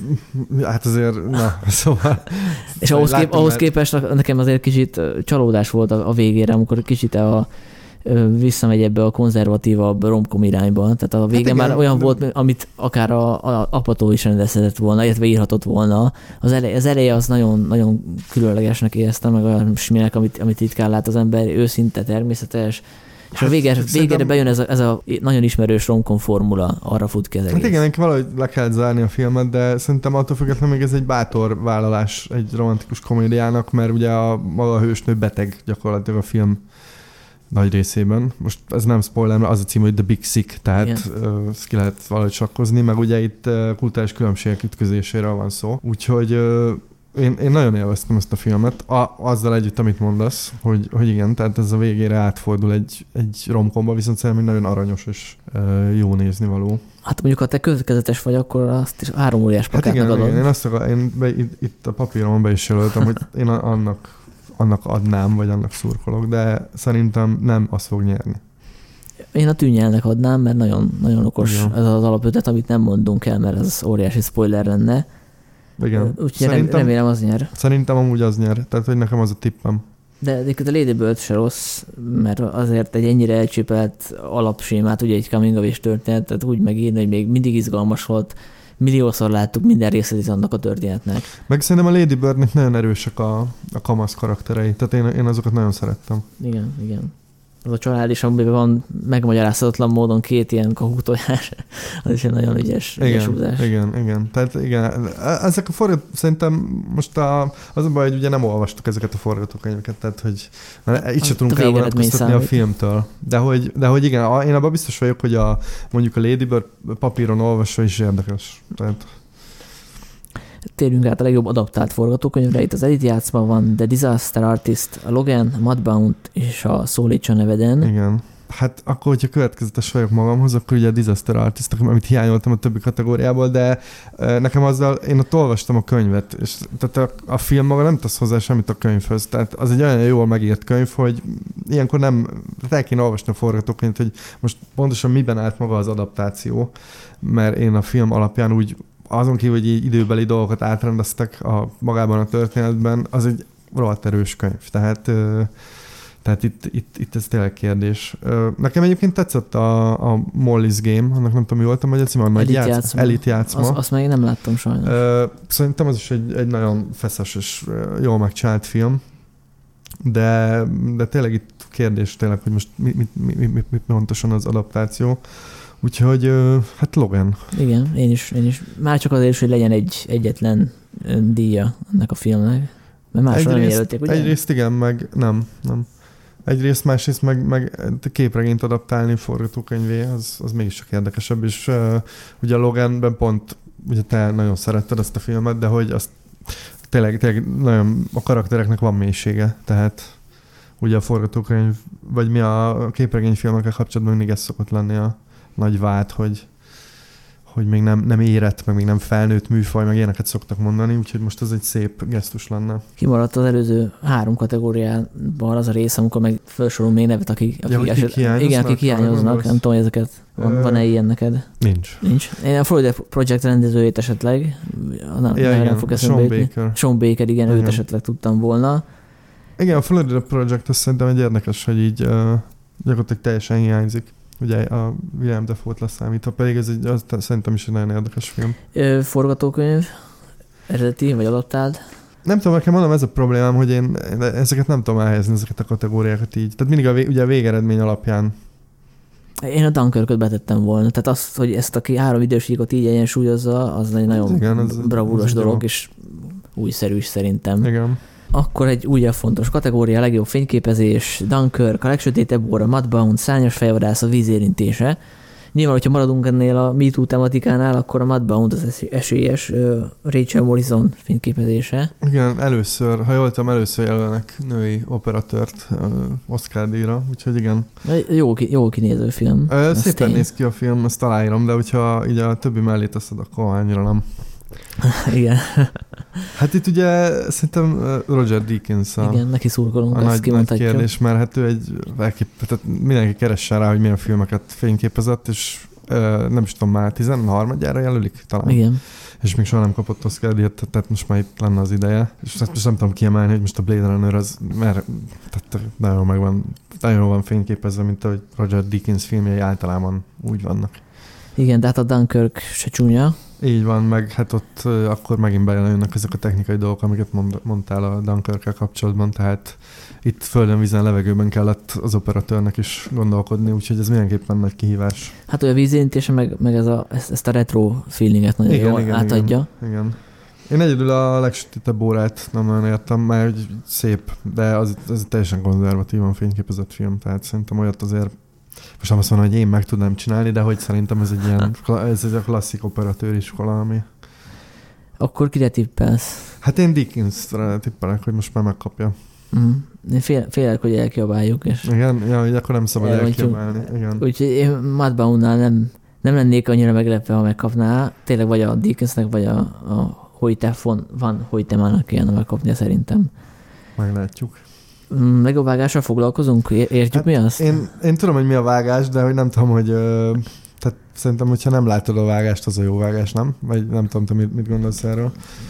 hát azért, na, szóval... És ahhoz, kép, ahhoz mert... képest nekem azért kicsit csalódás volt a, a végére, amikor kicsit a visszamegy ebbe a konzervatívabb romkom irányba. Tehát a vége hát igen, már olyan de... volt, amit akár a, a Apató is rendezhetett volna, illetve írhatott volna. Az eleje az, eleje az nagyon, nagyon különlegesnek éreztem, meg olyan sminek, amit, amit ritkán lát az ember, őszinte, természetes. És hát, a végére, végére szerintem... bejön ez a, ez a nagyon ismerős romkom formula, arra fut ki az egész. Hát igen, valahogy le kellett zárni a filmet, de szerintem attól függetlenül még ez egy bátor vállalás egy romantikus komédiának, mert ugye a maga a hősnő beteg gyakorlatilag a film nagy részében. Most ez nem spoiler, mert az a cím, hogy The Big Sick, tehát uh, ezt ki lehet valahogy sakkozni, meg ugye itt uh, kulturális különbségek ütközéséről van szó. Úgyhogy uh, Én, én nagyon élveztem ezt a filmet, a, azzal együtt, amit mondasz, hogy, hogy igen, tehát ez a végére átfordul egy, egy romkomba, viszont szerintem nagyon aranyos és e, jó néznivaló. Hát mondjuk, ha te következetes vagy, akkor azt is három óriás plakátnak hát igen, adod. Igen, én azt akar, én be, itt, itt a papíromon be is jelöltem, hogy én annak, annak adnám, vagy annak szurkolok, de szerintem nem azt fog nyerni. Én a tűnyelnek adnám, mert nagyon, nagyon okos igen. ez az alapötlet, amit nem mondunk el, mert ez óriási spoiler lenne. Igen. Úgyhogy szerintem, remélem az nyer. Szerintem amúgy az nyer, tehát hogy nekem az a tippem. De egyébként a Lady Bird se rossz, mert azért egy ennyire elcsépelt alapsémát, ugye egy coming of age történet, tehát úgy megírni, hogy még mindig izgalmas volt, milliószor láttuk minden részét annak a történetnek. Meg szerintem a Lady Birdnek nagyon erősek a, a kamasz karakterei, tehát én, én azokat nagyon szerettem. Igen, igen. Az a család is, amiben van megmagyarázhatatlan módon két ilyen kahútojás, az is egy nagyon ügyes, igen, ügyes húzás. Igen, igen. Tehát igen, ezek a forgat, szerintem most a, az a baj, hogy ugye nem olvastuk ezeket a forgatókönyveket, tehát hogy itt se tudunk elvonatkoztatni a filmtől. De hogy, de hogy igen, én abban biztos vagyok, hogy a, mondjuk a Lady Bird papíron olvasva is érdekes. Tehát... Térjünk át a legjobb adaptált forgatókönyvre. Itt az Edit játszma van, The Disaster Artist, a Logan, a Mudbound és a Szólítsa neveden. Igen. Hát akkor, hogyha következetes vagyok magamhoz, akkor ugye a Disaster Artist, amit hiányoltam a többi kategóriából, de nekem azzal, én ott olvastam a könyvet, és tehát a, a film maga nem tesz hozzá semmit a könyvhöz. Tehát az egy olyan jól megírt könyv, hogy ilyenkor nem, el kéne olvasni a forgatókönyvet, hogy most pontosan miben állt maga az adaptáció, mert én a film alapján úgy azon kívül, hogy így időbeli dolgokat átrendeztek a, magában a történetben, az egy rohadt erős könyv. Tehát, tehát itt, itt, itt ez tényleg kérdés. Nekem egyébként tetszett a, a Molly's Game, annak nem tudom, mi volt a magyar címe, a nagy Elite játszma. játszma. Elite játszma. Az, azt még nem láttam sajnos. Szerintem az is egy, egy nagyon feszes és jól megcsinált film, de, de tényleg itt kérdés tényleg, hogy most mi, mi, mi, mi, mi pontosan az adaptáció. Úgyhogy, hát Logan. Igen, én is, én is. Már csak azért is, hogy legyen egy egyetlen díja ennek a filmnek. Mert másra nem jelölték, ugye? Egyrészt igen, meg nem, nem. Egyrészt, másrészt meg, meg képregényt adaptálni forgatókönyvé, az, az mégiscsak érdekesebb, és uh, ugye a Loganben pont, ugye te nagyon szeretted ezt a filmet, de hogy azt tényleg, tényleg nagyon, a karaktereknek van mélysége, tehát ugye a forgatókönyv, vagy mi a képregényfilmekkel kapcsolatban mindig ez szokott lenni a nagy vád, hogy, hogy még nem, nem érett, meg még nem felnőtt műfaj, meg ilyeneket szoktak mondani, úgyhogy most ez egy szép gesztus lenne. Kimaradt az előző három kategóriában az a rész, amikor meg felsorolunk még nevet, akik, akik, ja, eset, igen, akik hiányoznak, nem tudom, hogy ezeket van, van-e ilyen neked? Nincs. Nincs. Én a Florida Project rendezőjét esetleg, nem, ja, nem fog eszembe Sean jutni. Baker. Sean Baker, igen, igen, őt esetleg tudtam volna. Igen, a Florida Project azt szerintem egy érdekes, hogy így uh, gyakorlatilag teljesen hiányzik. Ugye a William Dafoe-t leszámítva, pedig ez egy, az, szerintem is egy nagyon érdekes film. Ö, forgatókönyv, eredeti vagy adaptált? Nem tudom, nekem mondom, ez a problémám, hogy én ezeket nem tudom elhelyezni, ezeket a kategóriákat így. Tehát mindig a, vé, ugye a végeredmény alapján. Én a Dunkirköt betettem volna. Tehát azt, hogy ezt a három idősíkot így egyensúlyozza, az egy nagyon igen, az, bravúros az dolog, jó. És újszerű is szerintem. Igen. Akkor egy újabb fontos kategória, a legjobb fényképezés, Dunkirk, a legsötétebb óra, Mudbound, szárnyas fejvadász, a vízérintése. Nyilván, hogyha maradunk ennél a MeToo tematikánál, akkor a Mudbound az esélyes, Rachel Morrison fényképezése. Igen, először, ha jól tudom, először jelölnek női operatőrt Oscar-díjra, úgyhogy igen. Jó, jó kinéző film. Ö, szépen tény. Néz ki a film, ezt aláírom, de hogyha így a többi mellé teszed, akkor annyira nem. Igen. Hát itt ugye szerintem Roger Deakins a, igen, neki szurkolunk, a nagy, nagy kérdés, mert hát ő egy tehát mindenki keressen rá, hogy milyen filmeket fényképezett, és ö, nem is tudom, már tizenharmadjára jelölik talán. Igen. És még soha nem kapott Oscar-díjat, tehát most már itt lenne az ideje. És most nem tudom kiemelni, hogy most a Blade Runner az, mert tehát nagyon meg van, nagyon jól van fényképezve, mint ahogy Roger Deakins filmjei általában úgy vannak. Igen, de hát a Dunkirk se csúnya. Így van, meg hát ott uh, akkor megint bejönnek ezek a technikai dolgok, amiket mond, mondtál a Dunkirkkel kapcsolatban, tehát itt földön, vízen, levegőben kellett az operatőrnek is gondolkodni, úgyhogy ez mindenképpen nagy kihívás. Hát olyan vízérintése, meg, meg ez a, ezt, ezt a retro feelinget nagyon igen, jól igen, átadja. Igen, igen. Én egyedül a legsötétebb órát nem nagyon értem, mert szép, de az, az teljesen konzervatívan fényképezett film, tehát szerintem olyat azért most nem azt mondom, hogy én meg tudnám csinálni, de hogy szerintem ez egy ilyen, ez egy a klasszik operatőr iskola, ami... Akkor kire tippelsz? Hát én Dickens-re tippelek, hogy most már megkapja. Mm. Én fél, félek, hogy elkiabáljuk. És igen, ja, hogy akkor nem szabad elkiabálni. Igen. Úgyhogy én Mudbound-nál nem, nem lennék annyira meglepve, ha megkapná. Tényleg vagy a Dickensnek, vagy a, a Hoyte van Hoytemának kellene megkapnia szerintem. Meglátjuk. Lego-vágással foglalkozunk? Értjük hát mi azt? Én, én tudom, hogy mi a vágás, de hogy nem tudom, hogy ö, tehát szerintem, hogyha nem látod a vágást, az a jó vágás, nem? Vagy nem tudom, te mit, mit gondolsz erről.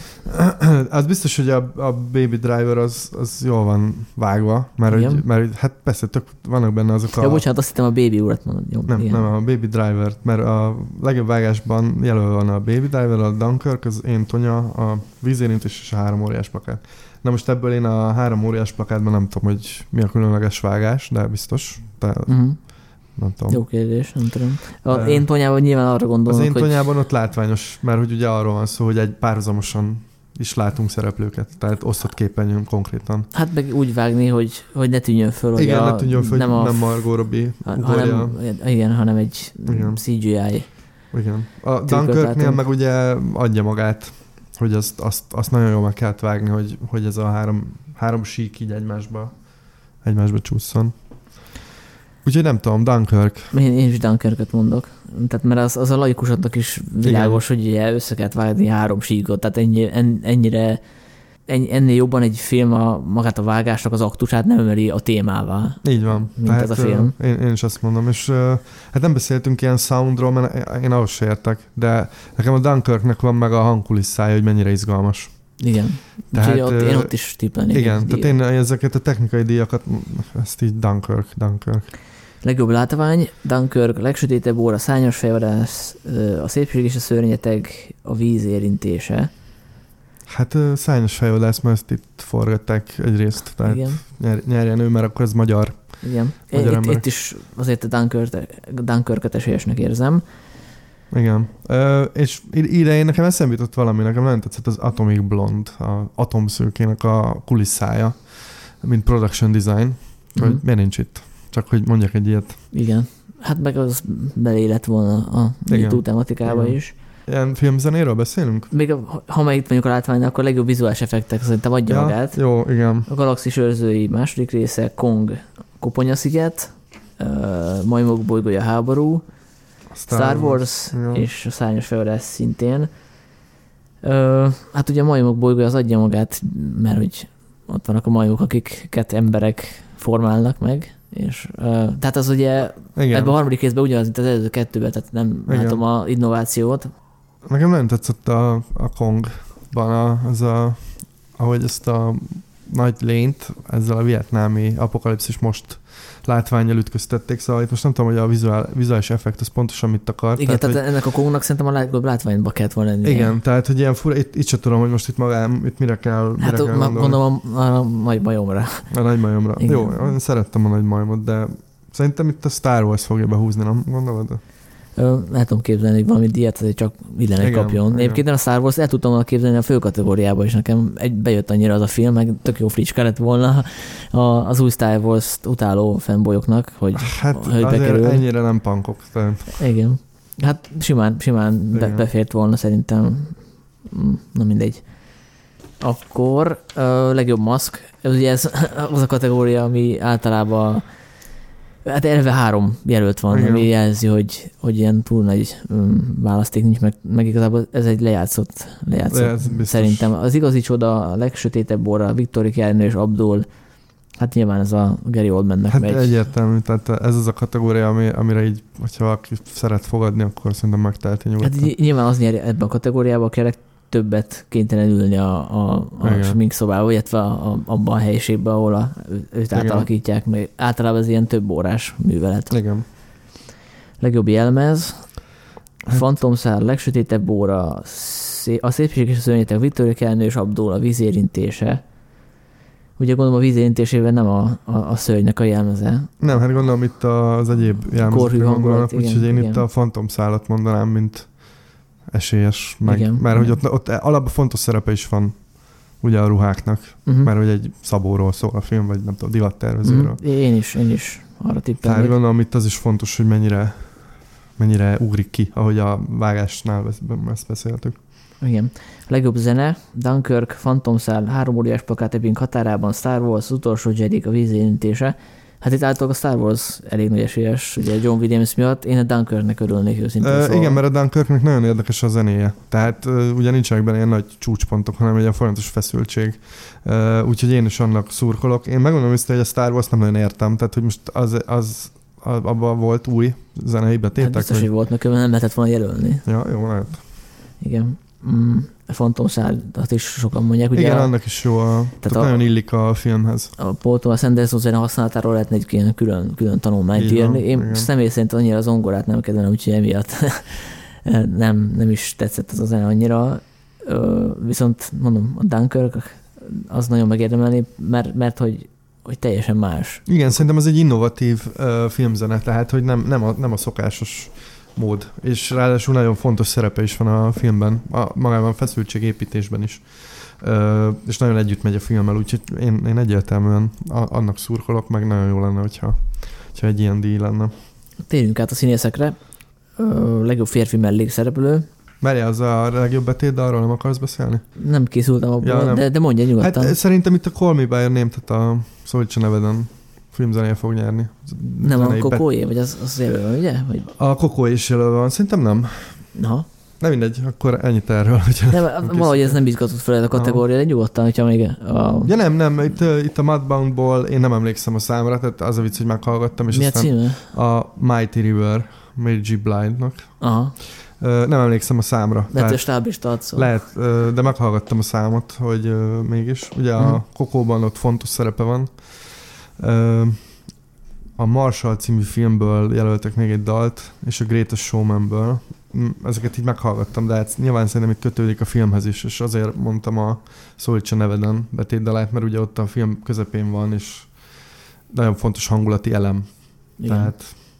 Az biztos, hogy a, a Baby Driver az, az jól van vágva, mert, hogy, mert hát persze tök vannak benne azok a... Ja, bocsánat, azt hittem a Baby urat mondod. Jó, nem, igen. nem, a Baby Driver, mert a legjobb vágásban jelölve van a Baby Driver, a Dunkirk, az Én Tonya, a Vízérintés és a Három óriás plakát. Na most ebből én a Három óriás plakátban nem tudom, hogy mi a különleges vágás, de biztos. De uh-huh. Nem tudom. Jó kérdés, nem tudom. A de Én Tonyában nyilván arra gondolok, az Én hogy... Tonyában ott látványos, mert hogy ugye arról van szó, hogy egy párhuzamosan is látunk szereplőket, tehát osztott képernyőn konkrétan. Hát meg úgy vágni, hogy, hogy ne tűnjön föl, hogy igen, a, ne tűnjön föl, nem, a, nem Margot Robbie hanem, igen, hanem egy igen. cé gé i. Igen. A Dunkirknél meg ugye adja magát, hogy azt, azt, azt nagyon jól meg kellett vágni, hogy, hogy ez a három, három sík így egymásba, egymásba csúszson. Úgyhogy nem tudom, Dunkirk. Én, én is Dunkirköt mondok. Tehát mert az, az a laikusoknak is világos, igen. hogy ugye össze kellett vágni három síkot, tehát ennyi, en, ennyire ennyi, ennél jobban egy film a, magát a vágásnak az aktusát nem emeli a témává. Így van. Mint tehát, ez a film. Én, én is azt mondom, és hát nem beszéltünk ilyen soundról, mert én ahhoz se értek, de nekem a Dunkirknek van meg a hangkulisszája, hogy mennyire izgalmas. Igen. Tehát, ott, én ott is tippelnék. Igen, tehát én ezeket a technikai díjakat, ezt így Dunkirk, Dunkirk. Legjobb látvány, Dunkirk, legsötétebb óra, szányos fejvadász, a szépség és a szörnyeteg, a víz érintése. Hát szányos fejvadász, mert ezt itt forgatták egyrészt, tehát nyer, nyerjen ő, mert akkor ez magyar. Igen. Magyar itt, itt is azért a Dunkirköt esélyesnek érzem. Igen. Ö, és ide én nekem eszembe jutott valami, nekem nagyon tetszett az Atomic Blonde, a atomszőkének a kulisszája, mint production design, hogy mm. miért nincs itt. Csak hogy mondjak egy ilyet. Igen. Hát meg az belé lett volna a MeToo tematikába igen. is. Ilyen filmzenéről beszélünk? Még a, ha már itt mondjuk a látványnál, akkor a legjobb vizuális effektek szerintem adja ja, magát. Jó, igen. A Galaxis őrzői második része, Kong, Koponyasziget, uh, Majmok bolygója háború, Star, Star Wars, Wars és a szárnyas fejvadász szintén. Uh, hát ugye a Majmok bolygója az adja magát, mert hogy ott vannak a majmok, akiket emberek formálnak meg, és uh, tehát az ugye igen. ebben a harmadik részben ugyanaz, mint az előző kettőben, tehát nem igen. látom a innovációt. Nekem nem tetszett a, a Kongban a, az a, ahogy ezt a nagy lényt ezzel a vietnámi apokalipszis most látvánnyal ütköztették, szóval itt most nem tudom, hogy a vizuál, vizuális effekt az pontosan mit akar. Igen, tehát, tehát hogy... ennek a Kongnak szerintem a legjobb látványba kellett volna lennie. Igen, tehát hogy ilyen fura, itt, itt sem tudom, hogy most itt magám, itt mire kell, mire hát, kell gondolni. Gondolom a, a nagy majomra. A nagy majomra. Igen. Jó, én szerettem a nagy majomot, de szerintem itt a Star Wars fogja behúzni, nem gondolod? El tudom képzelni, hogy valami díjat azért csak illene kapjon. Egyébként a Star Wars el tudtam képzelni a fő kategóriába, és nekem egy, bejött annyira az a film, meg tök jó fricska lett volna az új Star Wars-t utáló fanboyoknak, hogy, hát hogy bekerül. Ennyire nem pankok. Tehát. Igen. Hát simán, simán be, befért volna szerintem. Na mindegy. Akkor uh, legjobb maszk. Ez ugye ez, az a kategória, ami általában hát eleve három jelölt van, igen. ami jelzi, hogy, hogy ilyen túl nagy um, választék nincs, meg, meg igazából ez egy lejátszott, lejátszott szerintem. Az igazi csoda, a legsötétebb óra, Victoria Kernő és Abdul, hát nyilván ez a Gary Oldmannek hát megy. Hát egyértelmű, tehát ez az a kategória, ami, amire így, hogyha valaki szeret fogadni, akkor szerintem megtelti nyugodtan. Hát nyilván az nyer ebben a kategóriában, aki többet kénytelen ülni a, a, a sminkszobába, illetve a, a, abban a helyiségben, ahol a, őt igen. átalakítják, meg általában ez ilyen több órás művelet. Igen. Legjobb jelmez, hát. Fantomszár, legsötétebb óra, a szépség és a szörnyeteg, Victoria Kernő és Abdul, a vízérintése. Ugye gondolom a vízérintésében nem a, a, a szörnynek a jelmeze. Nem, hát gondolom itt az egyéb jelmezekre gondolnak, úgyhogy én igen. itt a fantomszálat mondanám, mint esélyes, meg, igen, mert igen. hogy ott, ott alapban fontos szerepe is van ugye a ruháknak, uh-huh. mert hogy egy szabóról szól a film, vagy nem tudom, divattervezőről. Uh-huh. Én is, én is arra tippelnék. Tehát gondolom itt az is fontos, hogy mennyire, mennyire ugrik ki, ahogy a vágásnál ezt beszéltük. Igen. Legjobb zene, Dunkirk, Phantom Cell, három óriás plakát ebbing határában, Star Wars, az utolsó Jedi, a víz érintése. Hát itt általában a Star Wars elég nagy esélyes, ugye John Williams miatt. Én a Dunkirknek örülnék őszintén. Uh, szóval. Igen, mert a Dunkirknek nagyon érdekes a zenéje. Tehát uh, ugye nincsenek benne ilyen nagy csúcspontok, hanem egy folyamatos feszültség. Uh, úgyhogy én is annak szurkolok. Én megmondom vissza, hogy a Star Wars nem nagyon értem. Tehát, hogy most az, az abban volt új zenei betétek. Hát biztos, hogy volt, mert nem lehetett volna jelölni. Ja, jó, lehet. Igen. Mm. Phantom Cell-t is sokan mondják. Ugye igen, a, annak is jó. A, tehát nagyon a, illik a filmhez. A Paul Thomas Anderson zene használatáról lehetne egy ilyen külön, külön tanulmányt írni. Én igen. személy szerint annyira az zongorát nem kedvelem, úgyhogy emiatt nem, nem is tetszett az a zene annyira. Viszont mondom, a Dunkirk az nagyon megérdemelni, mert, mert hogy, hogy teljesen más. Igen, szerintem ez egy innovatív uh, filmzene, tehát hogy nem, nem, a, nem a szokásos mód, és ráadásul nagyon fontos szerepe is van a filmben, a, magában a feszültségépítésben is, Ö, és nagyon együtt megy a filmmel, úgyhogy én, én egyértelműen a, annak szurkolok, meg nagyon jó lenne, hogyha, hogyha egy ilyen díj lenne. Térjünk át a színészekre. Ö, legjobb férfi mellékszereplő. Merje, az a legjobb betét, de arról nem akarsz beszélni? Nem készültem abból, ja, nem. De, de mondja nyugodtan. Hát szerintem itt a Call Me By Your Name, tehát a Szólítsa neveden filmzenéje fog nyerni. Nem a Kokóé, bet... vagy az, az jelölő van, ugye? Vagy... A Kokóé is jelölő van, szerintem nem. Aha. Nem mindegy, akkor ennyit erről. Nem, valahogy ez nem izgatott fel ez a kategória, de nyugodtan, hogyha még a... Ja nem, nem, itt, itt a Mudboundból én nem emlékszem a számra, tehát az a vicc, hogy meghallgattam. És mi a címe? A Mighty River, Mary G. Blige-nak. Aha. Nem emlékszem a számra. Lehet, hogy stábista adszol. Lehet, de meghallgattam a számot, hogy mégis. Ugye uh-huh. a Kokóban ott fontos szerepe van. A Marshall című filmből jelöltek még egy dalt, és a Greatest Showmanből. Ezeket így meghallgattam, de hát nyilván szerintem itt kötődik a filmhez is, és azért mondtam a Szólítsa neveden betétdalát, mert ugye ott a film közepén van, és nagyon fontos hangulati elem. Igen. Tehát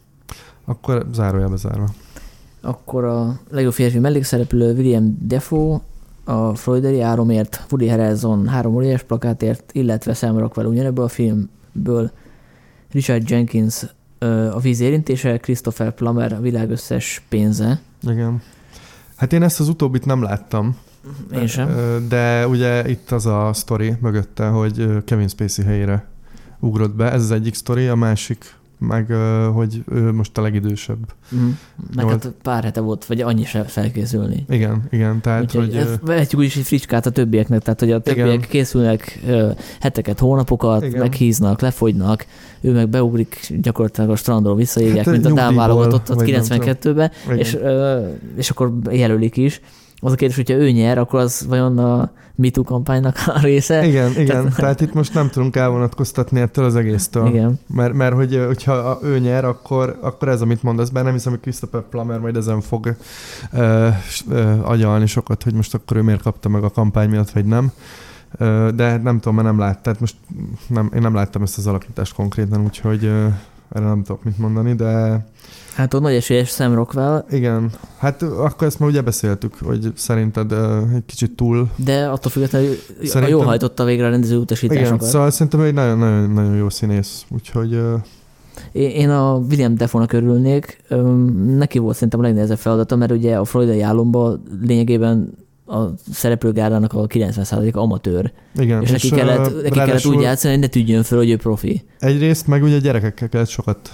akkor zárójelbe zárva. Akkor a legjobb férfi mellékszereplő William Dafoe, a Floyderi Áromért, Woody Harrelson három óriás plakátért, illetve Sam Rockwell ugyanebből a filmből, Richard Jenkins a víz érintése, Christopher Plummer a világ összes pénze. Igen. Hát én ezt az utóbbit nem láttam. Én sem. De ugye itt az a sztori mögötte, hogy Kevin Spacey helyére ugrott be. Ez az egyik sztori, a másik meg, hogy ő most a legidősebb. Mm. Meg hát pár hete volt, vagy annyi se felkészülni. Igen, igen. Tehát, úgyhogy hogy... vehetjük úgyis egy fricskát a többieknek, tehát hogy a többiek igen. készülnek heteket, hónapokat, igen. meghíznak, lefogynak, ő meg beugrik gyakorlatilag a strandról visszaírják, hát, mint a Dán válogatottat kilencvenkettőben, és, és akkor jelölik is. Az a kérdés, hogyha ő nyer, akkor az vajon a MeToo kampánynak a része? Igen, igen. Tehát, tehát itt most nem tudunk elvonatkoztatni ettől az egésztől. Igen. Mert, mert hogy, hogyha ő nyer, akkor, akkor ez, amit mondasz, bár nem hiszem, hogy Christopher Plummer majd ezen fog ö, ö, agyalni sokat, hogy most akkor ő miért kapta meg a kampány miatt, vagy nem. Ö, de nem tudom, mert nem lát. Tehát most nem, én nem láttam ezt az alakítást konkrétan, úgyhogy ö, erre nem tudok mit mondani, de... Hát ott nagy esélyes Sam Rockwell. Igen. Hát akkor ezt már ugye beszéltük, hogy szerinted uh, egy kicsit túl... De attól függetlenül, hogy szerintem... jól hajtotta végre a rendező utasításokat. Igen, szóval szerintem egy nagyon-nagyon jó színész, úgyhogy... Uh... Én a William Dafoe-nak örülnék. Neki volt szerintem a legnehezebb feladata, mert ugye a Floridai álomban lényegében a szereplőgárdának a kilencven százalék amatőr. Igen. És, és neki kellett, uh, neki kellett úgy játszani, hogy ne tűnjön föl, hogy ő profi. Egyrészt meg ugye gyerekekkel kellett sokat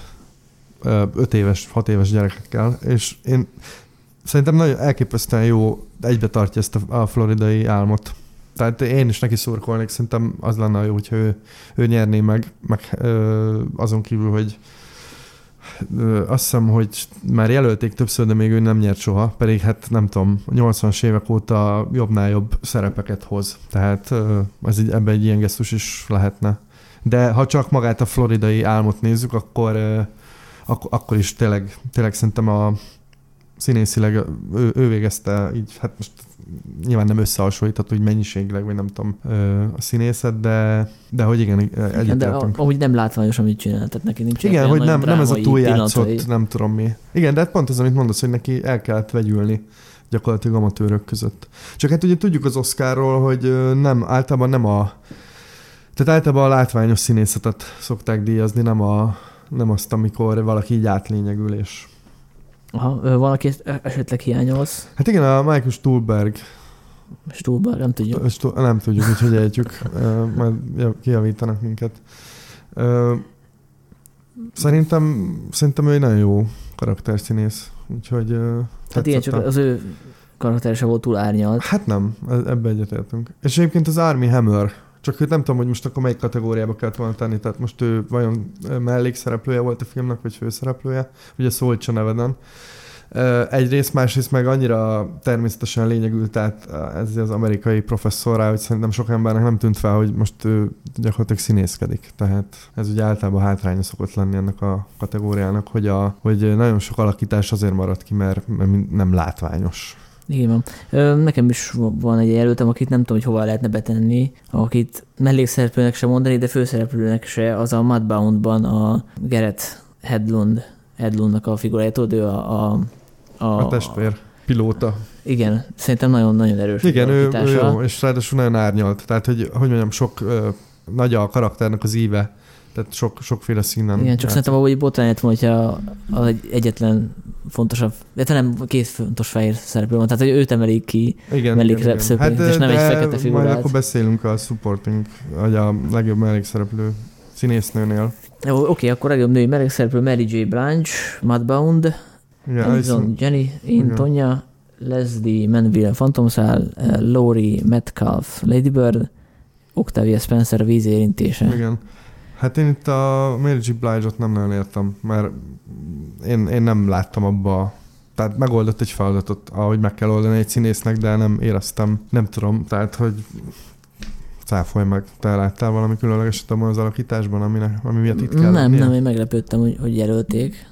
öt éves, hat éves gyerekekkel, és én szerintem nagyon elképesztően jó, egybe tartja ezt a, a floridai álmot. Tehát én is neki szurkolnék, szerintem az lenne jó, hogyha ő, ő nyerné meg, meg ö, azon kívül, hogy ö, azt hiszem, hogy már jelölték többször, de még ő nem nyert soha, pedig hát nem tudom, nyolcvanas évek óta jobbnál jobb szerepeket hoz. Tehát ö, ez egy, ebben egy ilyen gesztus is lehetne. De ha csak magát a floridai álmot nézzük, akkor ö, Ak- akkor is tényleg, tényleg szerintem a színészileg ő, ő végezte így, hát most nyilván nem összehasonlítható, hogy mennyiségileg, vagy nem tudom, a színészet, de, de hogy igen, egyetértünk. De ahogy nem látványos, amit csinál, tehát neki nincs. Igen, hogy nem, nem ez a túljátszott, nem tudom mi. Igen, de hát pont az, amit mondasz, hogy neki el kellett vegyülni gyakorlatilag amatőrök között. Csak hát ugye tudjuk az Oscarról, hogy nem, általában nem a, tehát általában a látványos színészetet szokták díjazni, nem a nem azt, amikor valaki így átlényegül, és... Aha, valaki esetleg hiányolsz? Hát igen, a Michael Stuhlbarg Stúlba, nem tudjuk. Stúl, nem tudjuk, úgyhogy ejtjük. Majd kijavítanak minket. Szerintem, szerintem ő egy nagyon jó karakterszínész. Úgyhogy... Hát igen, csak az ő karakter sem volt túl árnyalt. Hát nem, ebbe egyetértünk. És egyébként az Armie Hammer, csak őt nem tudom, hogy most akkor melyik kategóriába kellett volna tenni, tehát most ő vajon mellékszereplője volt a filmnek, vagy főszereplője, ugye Szolcsa neveden. Egyrészt, másrészt meg annyira természetesen lényegült át ez az amerikai professzorrá, hogy szerintem sok embernek nem tűnt fel, hogy most ő gyakorlatilag színészkedik. Tehát ez ugye általában hátránya szokott lenni ennek a kategóriának, hogy, a, hogy nagyon sok alakítás azért maradt ki, mert nem látványos. Igen van. Nekem is van egy jelöltem, akit nem tudom, hogy hova lehetne betenni, akit mellékszereplőnek sem mondani, de főszereplőnek se, az a Mudbound-ban a Gareth Hedlund, Hedlundnak a figurája, tudod, ő a, a, a... A testvér, pilóta. Igen, szerintem nagyon-nagyon erős. Igen, ő, ő jó, és ráadásul nagyon árnyalt. Tehát, hogy, hogy mondjam, sok ö, nagy a karakternek az íve, tehát sok, sokféle színen. Igen, csak szerintem ahogy botrány lett volna, hogyha az egy egyetlen fontosabb, de nem két fontos fehér szereplő van, tehát hogy őt emelik ki mellékszereplőként, hát, és nem egy fekete figurát. Majd akkor beszélünk a supporting, vagy a legjobb mellékszereplő színésznőnél. Jó, oké, akkor legjobb női mellékszereplő Mary J. Blige, Mudbound, yeah, Alison Jenny, Ian Tonya, Leslie Manville, Phantom Cell, uh, Laurie Metcalf, Lady Bird, Octavia Spencer, a víz érintése. Igen. Hát én itt a Mary J. Blige-ot nem nagyon értem, mert én, én nem láttam abba, tehát megoldott egy feladatot, ahogy meg kell oldani egy színésznek, de nem éreztem, nem tudom, tehát hogy cáfolj meg, te láttál valami különlegeset abban az alakításban, ami, ami miatt itt kell Nem, lennie? nem, én meglepődtem, hogy, hogy jelölték.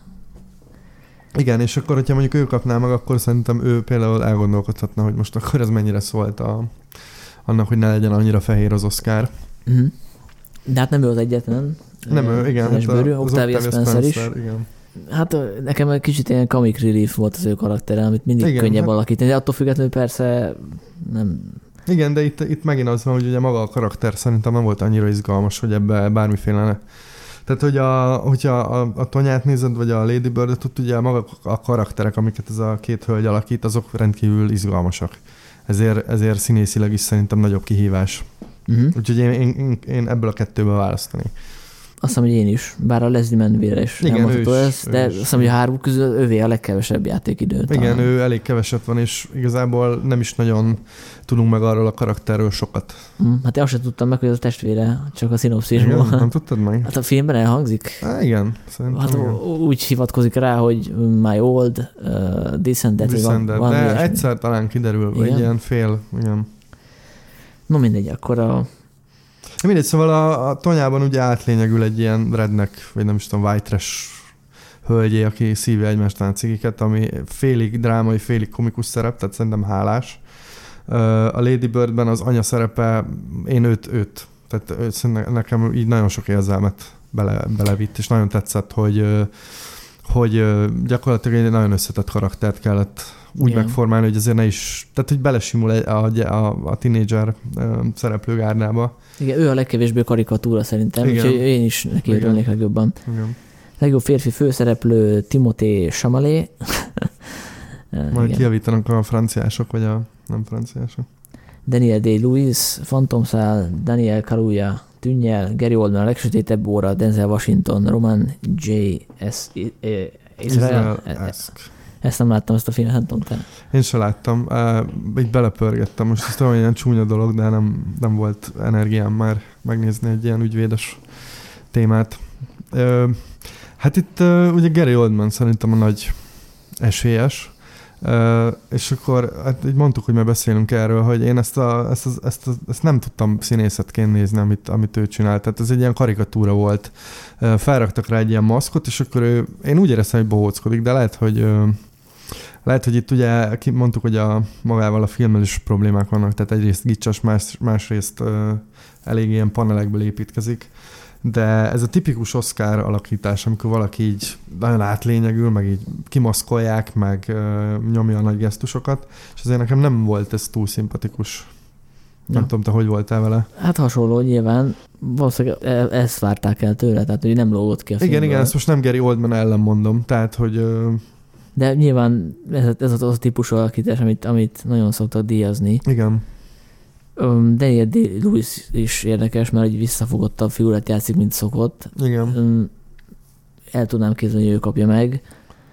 Igen, és akkor, hogyha mondjuk ő kapná meg, akkor szerintem ő például elgondolkodhatna, hogy most akkor ez mennyire szólt a, annak, hogy ne legyen annyira fehér az Oscar. Uh-huh. De hát nem ő az egyetlen. Nem ő, igen. Hát bőrű, az Octavia Spencer, Spencer is. Igen. Hát nekem egy kicsit ilyen comic relief volt az ő karaktere, amit mindig igen, könnyebb hát... alakítani, de attól függetlenül persze nem... Igen, de itt, itt megint az van, hogy ugye maga a karakter szerintem nem volt annyira izgalmas, hogy ebbe bármiféle... Tehát, hogy a, hogyha a, a Tonyát nézed, vagy a Lady Bird-et, ott ugye maga a karakterek, amiket ez a két hölgy alakít, azok rendkívül izgalmasak. Ezért, ezért színészileg is szerintem nagyobb kihívás. Uh-huh. Úgyhogy én, én, én ebből a kettőből választani. Azt hiszem, hogy én is, bár a Leslie Manville is igen, elmondható is, ez, de azt hiszem, hogy a három közül ővé a legkevesebb játékidő. Igen, talán. Ő elég keveset van, és igazából nem is nagyon tudunk meg arról a karakterről sokat. Mm, hát én azt sem tudtam meg, hogy az a testvére, csak a szinopszisból. Igen, nem tudtad meg? Hát a filmben elhangzik. Há, igen, szerintem hát igen. Úgy hivatkozik rá, hogy my old, uh, this and that. This and that. Van, de egyszer talán kiderül, vagy ilyen fél, igen. No mindegy, akkor a... Mindegy, szóval a, a Tonyában ugye átlényegül egy ilyen redneck, vagy nem is tudom, white trash hölgyé, aki szívja egymástán cigiket, ami félig drámai, félig komikus szerep, tehát szerintem hálás. A Lady Birdben az anya szerepe, én őt, őt. Tehát őt, nekem így nagyon sok érzelmet bele, belevitt, és nagyon tetszett, hogy, hogy gyakorlatilag egy nagyon összetett karaktert kellett úgy igen. megformálni, hogy azért ne is, tehát hogy belesimul a, a, a tínédzser szereplőgárdába. Igen, ő a legkevésbé karikatúra szerintem, igen. Úgyhogy én is neki örülnék legjobban. Igen. Legjobb férfi főszereplő Timothée Chalamet. Majd kijavítanak a franciások, vagy a nem franciások. Daniel Day-Lewis, Phantom Cell, Daniel Kaluuya, Tűnnyel, Gary Oldman, a legsötétebb óra, Denzel Washington, Roman J. S. Israel. Ezt nem láttam, ezt a filmet, nem tudom te. Én sem láttam, így belepörgettem. Most ez olyan ilyen csúnya dolog, de nem, nem volt energiám már megnézni egy ilyen ügyvédes témát. Hát itt ugye Gary Oldman szerintem a nagy esélyes, és akkor hát így mondtuk, hogy már beszélünk erről, hogy én ezt, a, ezt, ezt, ezt, ezt nem tudtam színészetként nézni, amit, amit ő csinált. Tehát ez egy ilyen karikatúra volt. Felraktak rá egy ilyen maszkot, és akkor ő, én úgy éreztem, hogy bohóckodik, de lehet, hogy Lehet, hogy itt ugye mondtuk, hogy a, magával a filmmel is problémák vannak, tehát egyrészt gicses, más, másrészt ö, elég ilyen panelekből építkezik, de ez a tipikus Oscar alakítás, amikor valaki így nagyon átlényegül, meg így kimaszkolják, meg ö, nyomja a nagy gesztusokat, és azért nekem nem volt ez túl szimpatikus. Nem ja. tudom, te hogy voltál vele? Hát hasonló nyilván. Valószínűleg ezt várták el tőle, tehát hogy nem lógott ki a filmből. Igen, igen, ezt most nem Gary Oldman ellen mondom, tehát hogy... Ö, De nyilván ez, ez az a típusú alakítás, amit, amit nagyon szoktak díjazni. Igen. Um, Daniel Day-Lewis is érdekes, mert egy visszafogottabb figurát játszik, mint szokott. Igen. Um, el tudnám képzelni, hogy ő kapja meg,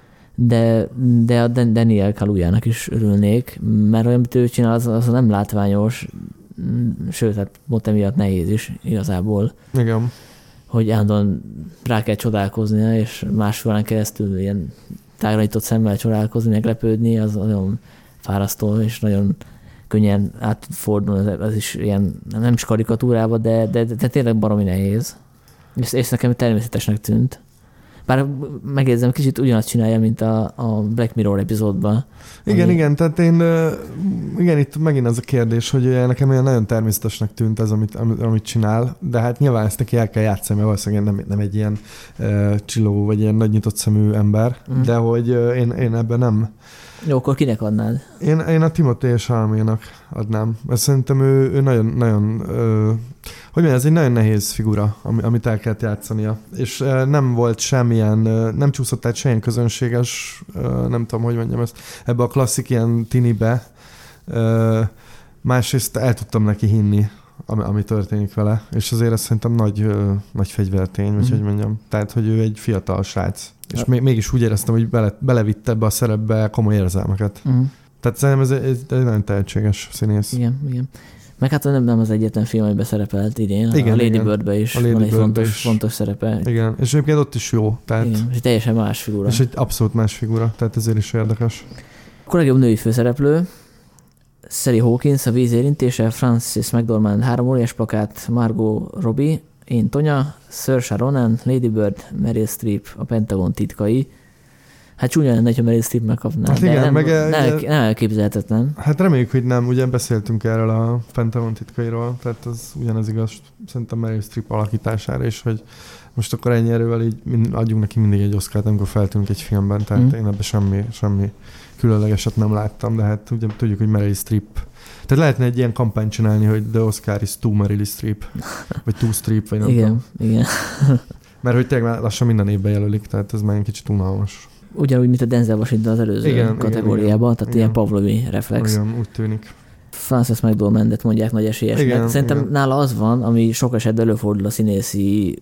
de, de a Daniel Kaluuya-nak is örülnék, mert olyan, amit ő csinál, az, az nem látványos, sőt, hát pont emiatt nehéz is igazából. Igen. Hogy állandóan rá kell csodálkoznia, és másfél keresztül ilyen tágra nyitott szemmel csodálkozni, meglepődni, az nagyon fárasztó, és nagyon könnyen átfordul, ez, ez is ilyen, nem is karikatúrába, de, de, de, de tényleg baromi nehéz. És, és nekem természetesnek tűnt. Bár megjegyzem, kicsit ugyanazt csinálja, mint a, a Black Mirror epizódban. Igen, ami... igen, tehát én, igen, itt megint az a kérdés, hogy nekem olyan nagyon természetesnek tűnt ez, amit, amit csinál, de hát nyilván ezt neki el kell játszani, mert valószínűleg nem, nem egy ilyen uh, csilló, vagy ilyen nagy nyitott szemű ember, mm. de hogy uh, én, én ebben nem. Jó, akkor kinek adnád? Én, én a Timothée Chalamet-nak adnám. Ezt szerintem ő, ő nagyon, nagyon ö, hogy mondjam, ez egy nagyon nehéz figura, amit el kellett játszania. És ö, nem volt semmilyen, ö, nem csúszott át semmilyen közönséges, ö, nem tudom, hogy mondjam ezt, ebbe a klasszik ilyen tinibe. Ö, másrészt el tudtam neki hinni, ami, ami történik vele. És azért ez szerintem nagy, ö, nagy fegyvertény, vagy mm. hogy mondjam. Tehát, hogy ő egy fiatal srác. És még, mégis úgy éreztem, hogy bele, belevitte ebbe a szerepbe komoly érzelmeket. Uh-huh. Tehát szerintem ez egy, egy nagyon tehetséges színész. Igen, igen. Meg hát nem, nem az egyetlen film, amiben szerepelt idén. Igen, a Lady Birdbe is a Lady van egy Bird fontos, is. fontos szerepe. Igen, és egyébként ott is jó. Tehát, igen, és teljesen más figura. És egy abszolút más figura, tehát ezért is érdekes. Akkor legjobb női főszereplő. Sally Hawkins, A víz érintése, Frances McDormand, Három óriás plakát, Margot Robbie, Én Tonya, Saoirse Ronan, Lady Bird, Meryl Streep, A Pentagon titkai. Hát csúnya lenne, ha Meryl Streep megkapná, hát de igen, nem, meg nem, el, nem elképzelhetetlen. Hát reméljük, hogy nem. Ugye beszéltünk erről a Pentagon titkairól, tehát az ugyanez igaz szerintem Meryl Streep alakítására is, hogy most akkor ennyi erővel így adjunk neki mindig egy Oscart, amikor feltűnünk egy filmben, tehát mm. én ebben semmi, semmi különlegeset nem láttam, de hát ugye tudjuk, hogy Meryl Streep. Tehát lehetne egy ilyen kampányt csinálni, hogy The Oscar is to Meryl Streep, vagy to Streep, vagy nem igen, tudom. Igen, mert hogy tényleg lassan minden évben jelölik, tehát ez már egy kicsit unalmas. Ugyanúgy, mint a Denzel Washington az előző igen, kategóriában, igen, tehát igen. Ilyen pavlovi reflex. Igen, úgy tűnik. Frances McDormandet mondják nagy esélyesnek. Igen, szerintem igen. Nála az van, ami sok esetben előfordul a színészi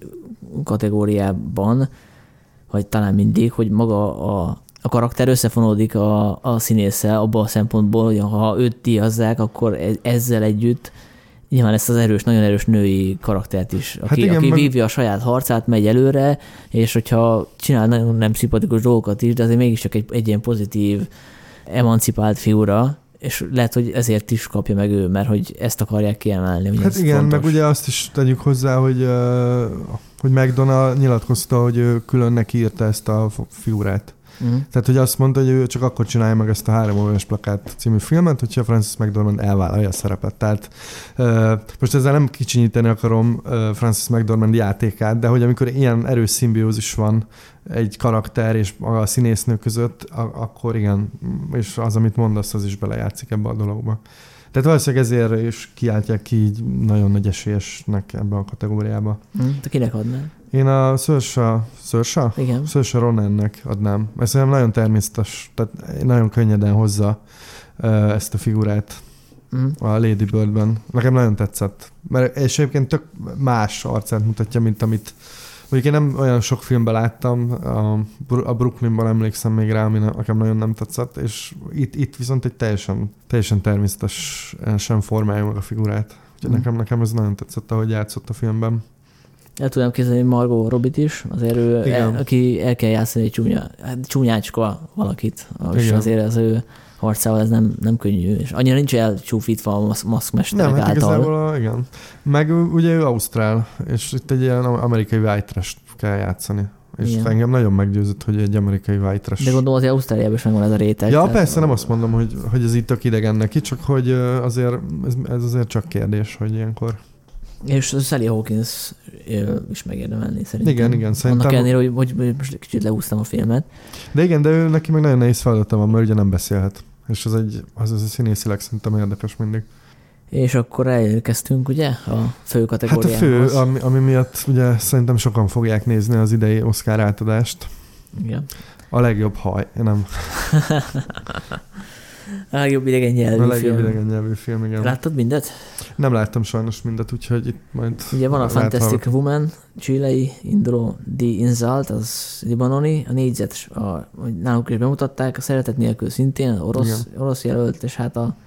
kategóriában, vagy talán mindig, hogy maga a, a karakter összefonódik a, a színésszel abban a szempontból, hogy ha őt díjazzák, akkor ezzel együtt nyilván ezt az erős, nagyon erős női karaktert is, aki, hát igen, aki meg... vívja a saját harcát, megy előre, és hogyha csinál nagyon nem szimpatikus dolgokat is, de azért mégiscsak egy, egy ilyen pozitív, emancipált figura, és lehet, hogy ezért is kapja meg ő, mert hogy ezt akarják kiemelni. Hogy hát igen, fontos. Meg ugye azt is tegyük hozzá, hogy, uh, hogy McDonald nyilatkozta, hogy ő külön neki írta ezt a figurát. Uh-huh. Tehát, hogy azt mondta, hogy ő csak akkor csinálja meg ezt a Három óriás plakát című filmet, hogyha Frances McDormand elvállalja a szerepet. Tehát uh, most ezzel nem kicsinyíteni akarom uh, Frances McDormand játékát, de hogy amikor ilyen erős szimbiózis van egy karakter és a színésznő között, a- akkor igen, és az, amit mondasz, az is belejátszik ebbe a dologba. Tehát valószínűleg ezért is kiáltják ki így nagyon nagy esélyesnek ebbe a kategóriába. Mm, te kinek adnál? Én a Saoirse, Saoirse? Igen. Saoirse Ronannek adnám. Ez szerintem nagyon természetes, tehát nagyon könnyeden hozza uh, ezt a figurát mm. a Lady Birdben. Nekem nagyon tetszett. Mert és egyébként tök más arcát mutatja, mint amit mondjuk én nem olyan sok filmben láttam, a, a Brooklynban emlékszem még rá, ami nekem nagyon nem tetszett, és itt, itt viszont egy teljesen, teljesen természetesen formálja meg a figurát. Úgyhogy mm. nekem, nekem ez nagyon tetszett, ahogy játszott a filmben. El tudom képzelni Margot Robbit is, azért ő, el, aki el kell játszani egy csúnya, csúnyácska valakit, és azért az ő harcával ez nem, nem könnyű, és annyira nincs elcsúfítva a maszkmesterek nem, által. Nem, igazából, igen. Meg ugye ő ausztrál, és itt egy ilyen amerikai white trash kell játszani. És igen. Engem nagyon meggyőzött, hogy egy amerikai white trash. De gondolom azért Ausztráliában is megvan ez a réteg. Ja, persze, nem azt mondom, hogy, hogy ez itt tök idegen neki, csak hogy azért, ez, ez azért csak kérdés, hogy ilyenkor. És Sally Hawkins is megérdemelni szerintem. Igen, igen. Szerintem... Annak ellenére, hogy, hogy most kicsit leúztam a filmet. De igen, de ő, neki meg nagyon nehéz feladata van, mert ugye nem beszélhet. És az egy, az, az a színészileg szerintem érdekes mindig. És akkor elérkeztünk, ugye, a fő kategóriához. Hát a fő, ami, ami miatt ugye szerintem sokan fogják nézni az idei Oscar átadást, Igen. A legjobb haj, nem. A legjobb idegen nyelvű film. A legjobb idegen nyelvű film, igen. Láttad mindet? Nem láttam sajnos mindet, úgyhogy itt majd... Ugye van a Fantastic hallgat. Woman, chilei, Indro di Inzalt, az libanoni, a négyzet, a, náluk is bemutatták, a Szeretet nélkül szintén, az orosz, orosz jelölt, és hát a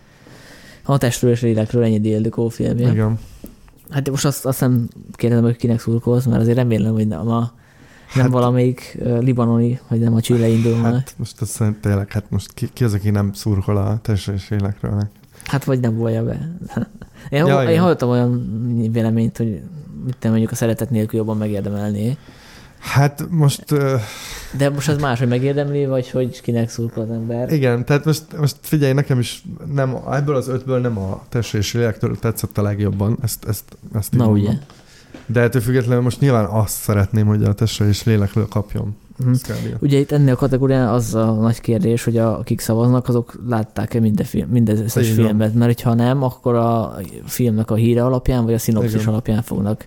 A testről és lélekről ennyi Ildikó filmje. Igen. Hát most azt, azt nem kérdezem, hogy kinek szurkolsz, mert azért remélem, hogy nem, a, nem hát, valamelyik uh, libanoni, vagy nem a chilei indulnak. Hát most azt tényleg, hát most ki, ki az, aki nem szurkol a testről és lélekről? Hát vagy nem volja be. Én, ja, én hallottam olyan véleményt, hogy mit te mondjuk a Szeretet nélkül jobban megérdemelné. Hát most... Uh... De most az más, hogy megérdemli, vagy hogy kinek szurkol az ember. Igen, tehát most, most figyelj, nekem is nem, ebből az ötből nem a testről és lélektől tetszett a legjobban. Ezt, ezt, ezt Na ugye. De ettől függetlenül most nyilván azt szeretném, hogy a testről és lélekről kapjon. Mm. Ugye itt ennél a kategórián az a nagy kérdés, hogy a, akik szavaznak, azok látták-e minden, film, minden összes Igen. filmet, mert ha nem, akkor a filmnek a híre alapján, vagy a szinopszis Igen. alapján fognak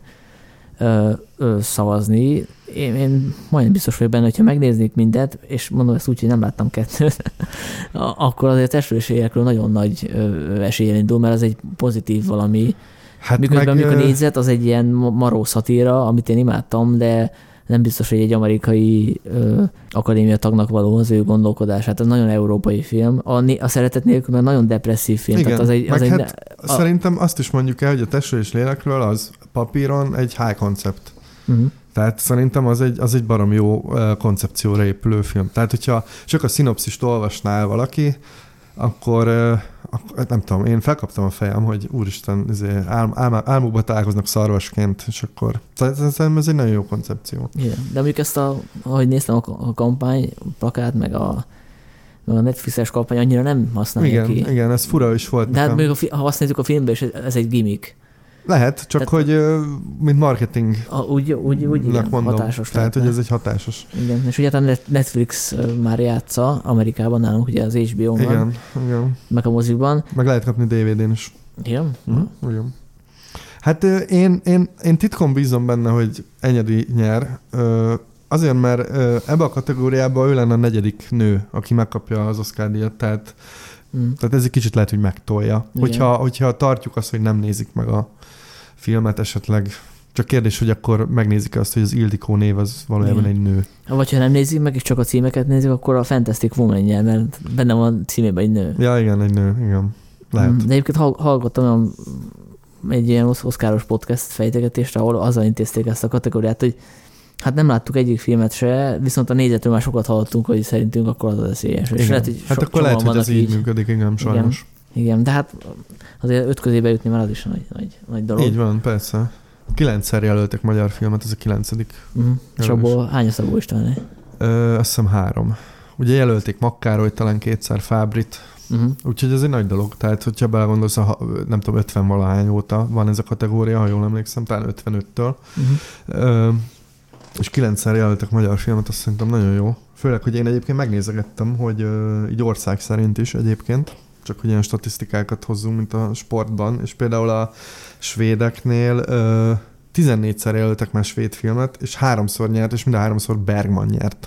ö, ö, szavazni. Én, én majdnem biztos vagyok benne, hogyha megnéznék mindet, és mondom ezt úgy, hogy nem láttam kettőt, akkor azért testről és lélekről nagyon nagy eséllyel indul, mert ez egy pozitív valami. Hát miközben meg, mondjuk a négyzet az egy ilyen maró szatíra, amit én imádtam, de nem biztos, hogy egy amerikai ö, akadémia tagnak való az ő gondolkodását. Ez nagyon európai film. A, a Szeretet nélkül meg nagyon depresszív film. Igen, tehát az egy, az meg egy, hát a... szerintem azt is mondjuk el, hogy a testről és lélekről az papíron egy high concept. Uh-huh. Tehát szerintem az egy, az egy barom jó uh, koncepcióra épülő film. Tehát, hogyha csak a szinopszist olvasnál valaki, akkor, uh, akkor nem tudom, én felkaptam a fejem, hogy úristen, ál, ál, álmukba találkoznak szarvasként, és akkor szerintem ez egy nagyon jó koncepció. Igen, de mondjuk ezt, a, ahogy néztem a, a kampány, a plakát, meg a, meg a Netflixes kampány annyira nem használja igen, ki. Igen, ez fura is volt. De nekem. Hát még ha azt nézzük a filmben, és ez egy gimmick. Lehet, csak tehát, hogy mint marketing a, úgy, úgy, úgy igen, mondom. Hatásos. Tehát, hogy ez egy hatásos. Igen, és ugye a Netflix már játsza Amerikában nálunk, ugye az há bé ó-ban. Igen, igen. Meg a mozikban. Meg lehet kapni dé vé dén is. Igen? Uh-huh. Igen. Hát én, én, én titkon bízom benne, hogy Enyedi nyer. Azért, mert ebbe a kategóriában ő lenne a negyedik nő, aki megkapja az Oscar-díjat, tehát, mm. tehát ez egy kicsit lehet, hogy megtolja. Hogyha, hogyha tartjuk azt, hogy nem nézik meg a filmet esetleg, csak kérdés, hogy akkor megnézik azt, hogy az Ildikó név az valójában Igen. egy nő. Vagy ha nem nézik meg, és csak a címeket nézik, akkor a Fantastic Woman nyer, mert benne van címében egy nő. Ja, igen, egy nő, igen. Lehet. De egyébként hallgattam egy ilyen oszkáros podcast fejtegetést, ahol azzal intézték ezt a kategóriát, hogy hát nem láttuk egyik filmet se, viszont a négyzetről már sokat hallottunk, hogy szerintünk akkor az az eszélyes. Lehet, hát so, akkor lehet, hogy ez így, így működik, igen, sajnos. Igen, igen, de hát azért öt közébe jutni már az is nagy, nagy, nagy dolog. Így van, persze. Kilencszer jelöltek magyar filmet, ez a kilencedik. Uh-huh. És abból hány a Szabó István? Ö, azt hiszem három. Ugye jelölték Makkárolyt, talán kétszer Fábrit, uh-huh. úgyhogy ez egy nagy dolog. Tehát, hogyha belegondolsz, nem tudom, ötven valahány óta van ez a kategória, ha jól emlékszem, talán ötvenöttől. Uh-huh. Ö, és kilencszer jelöltek magyar filmet, azt szerintem nagyon jó. Főleg, hogy én egyébként megnézegettem, hogy ö, így ország szerint is egyébként, csak hogy ilyen statisztikákat hozzunk, mint a sportban, és például a svédeknél ö, tizennégyszer jelöltek már svéd filmet, és háromszor nyert, és minden háromszor Bergman nyert.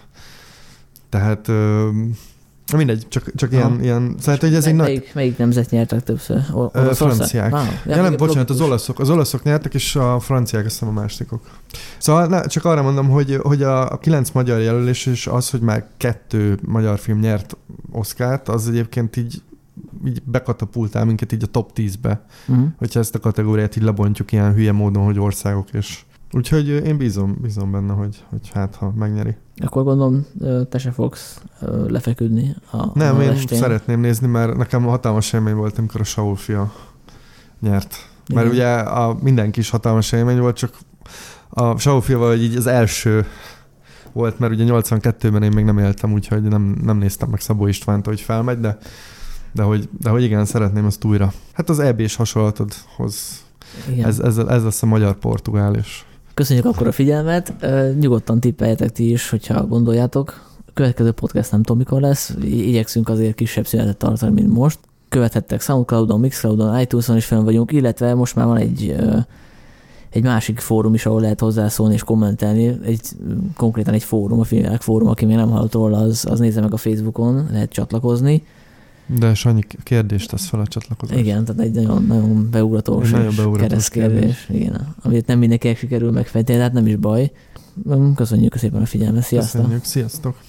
Tehát ö, mindegy, csak, csak ilyen, ilyen... Szóval, hogy ez egy melyik, nagy... melyik nemzet nyertek többször? O- ö, franciák. Wow. Ja, nem, bocsánat, az olaszok, az olaszok nyertek, és a franciák, azt hiszem a másodikok. Szóval na, csak arra mondom, hogy, hogy a, a kilenc magyar jelölés, és az, hogy már kettő magyar film nyert Oscart, az egyébként így így bekatapultál minket így a top tízbe, uh-huh. hogyha ezt a kategóriát így lebontjuk ilyen hülye módon, hogy országok, és úgyhogy én bízom, bízom benne, hogy, hogy hát, ha megnyeri. Akkor gondolom, te se fogsz lefeküdni a Nem, a én estén. Szeretném nézni, mert nekem hatalmas élmény volt, amikor a Saul fia nyert. Igen. Mert ugye a, mindenki is hatalmas élmény volt, csak a Saul fia valahogy így az első volt, mert ugye nyolcvankettőben én még nem éltem, úgyhogy nem, nem néztem meg Szabó Istvánt, hogy felmegy, de De hogy, de hogy igen, szeretném ezt újra. Hát az é bé-s hasonlatodhoz ez, ez, ez lesz a magyar-portugál is. Köszönjük akkor a figyelmet. Nyugodtan tippeljetek ti is, hogyha gondoljátok. A következő podcast nem tudom mikor lesz. Igyekszünk azért kisebb szünetet tartani, mint most. Követhettek SoundCloudon, Mixcloudon, iTunes-on is fenn vagyunk, illetve most már van egy, egy másik fórum is, ahol lehet hozzászólni és kommentelni, egy, konkrétan egy fórum, a Filmvilág fórum, aki még nem hallott róla, az, az nézze meg a Facebookon, lehet csatlakozni. De Sanyi kérdést tesz fel a csatlakozás. Igen, tehát egy nagyon, nagyon beugratós, keresztkérdés, igen, amit nem mindenkinek sikerül megfejteni, tehát nem is baj. Köszönjük szépen a figyelmet, sziasztok! Köszönjük, sziasztok!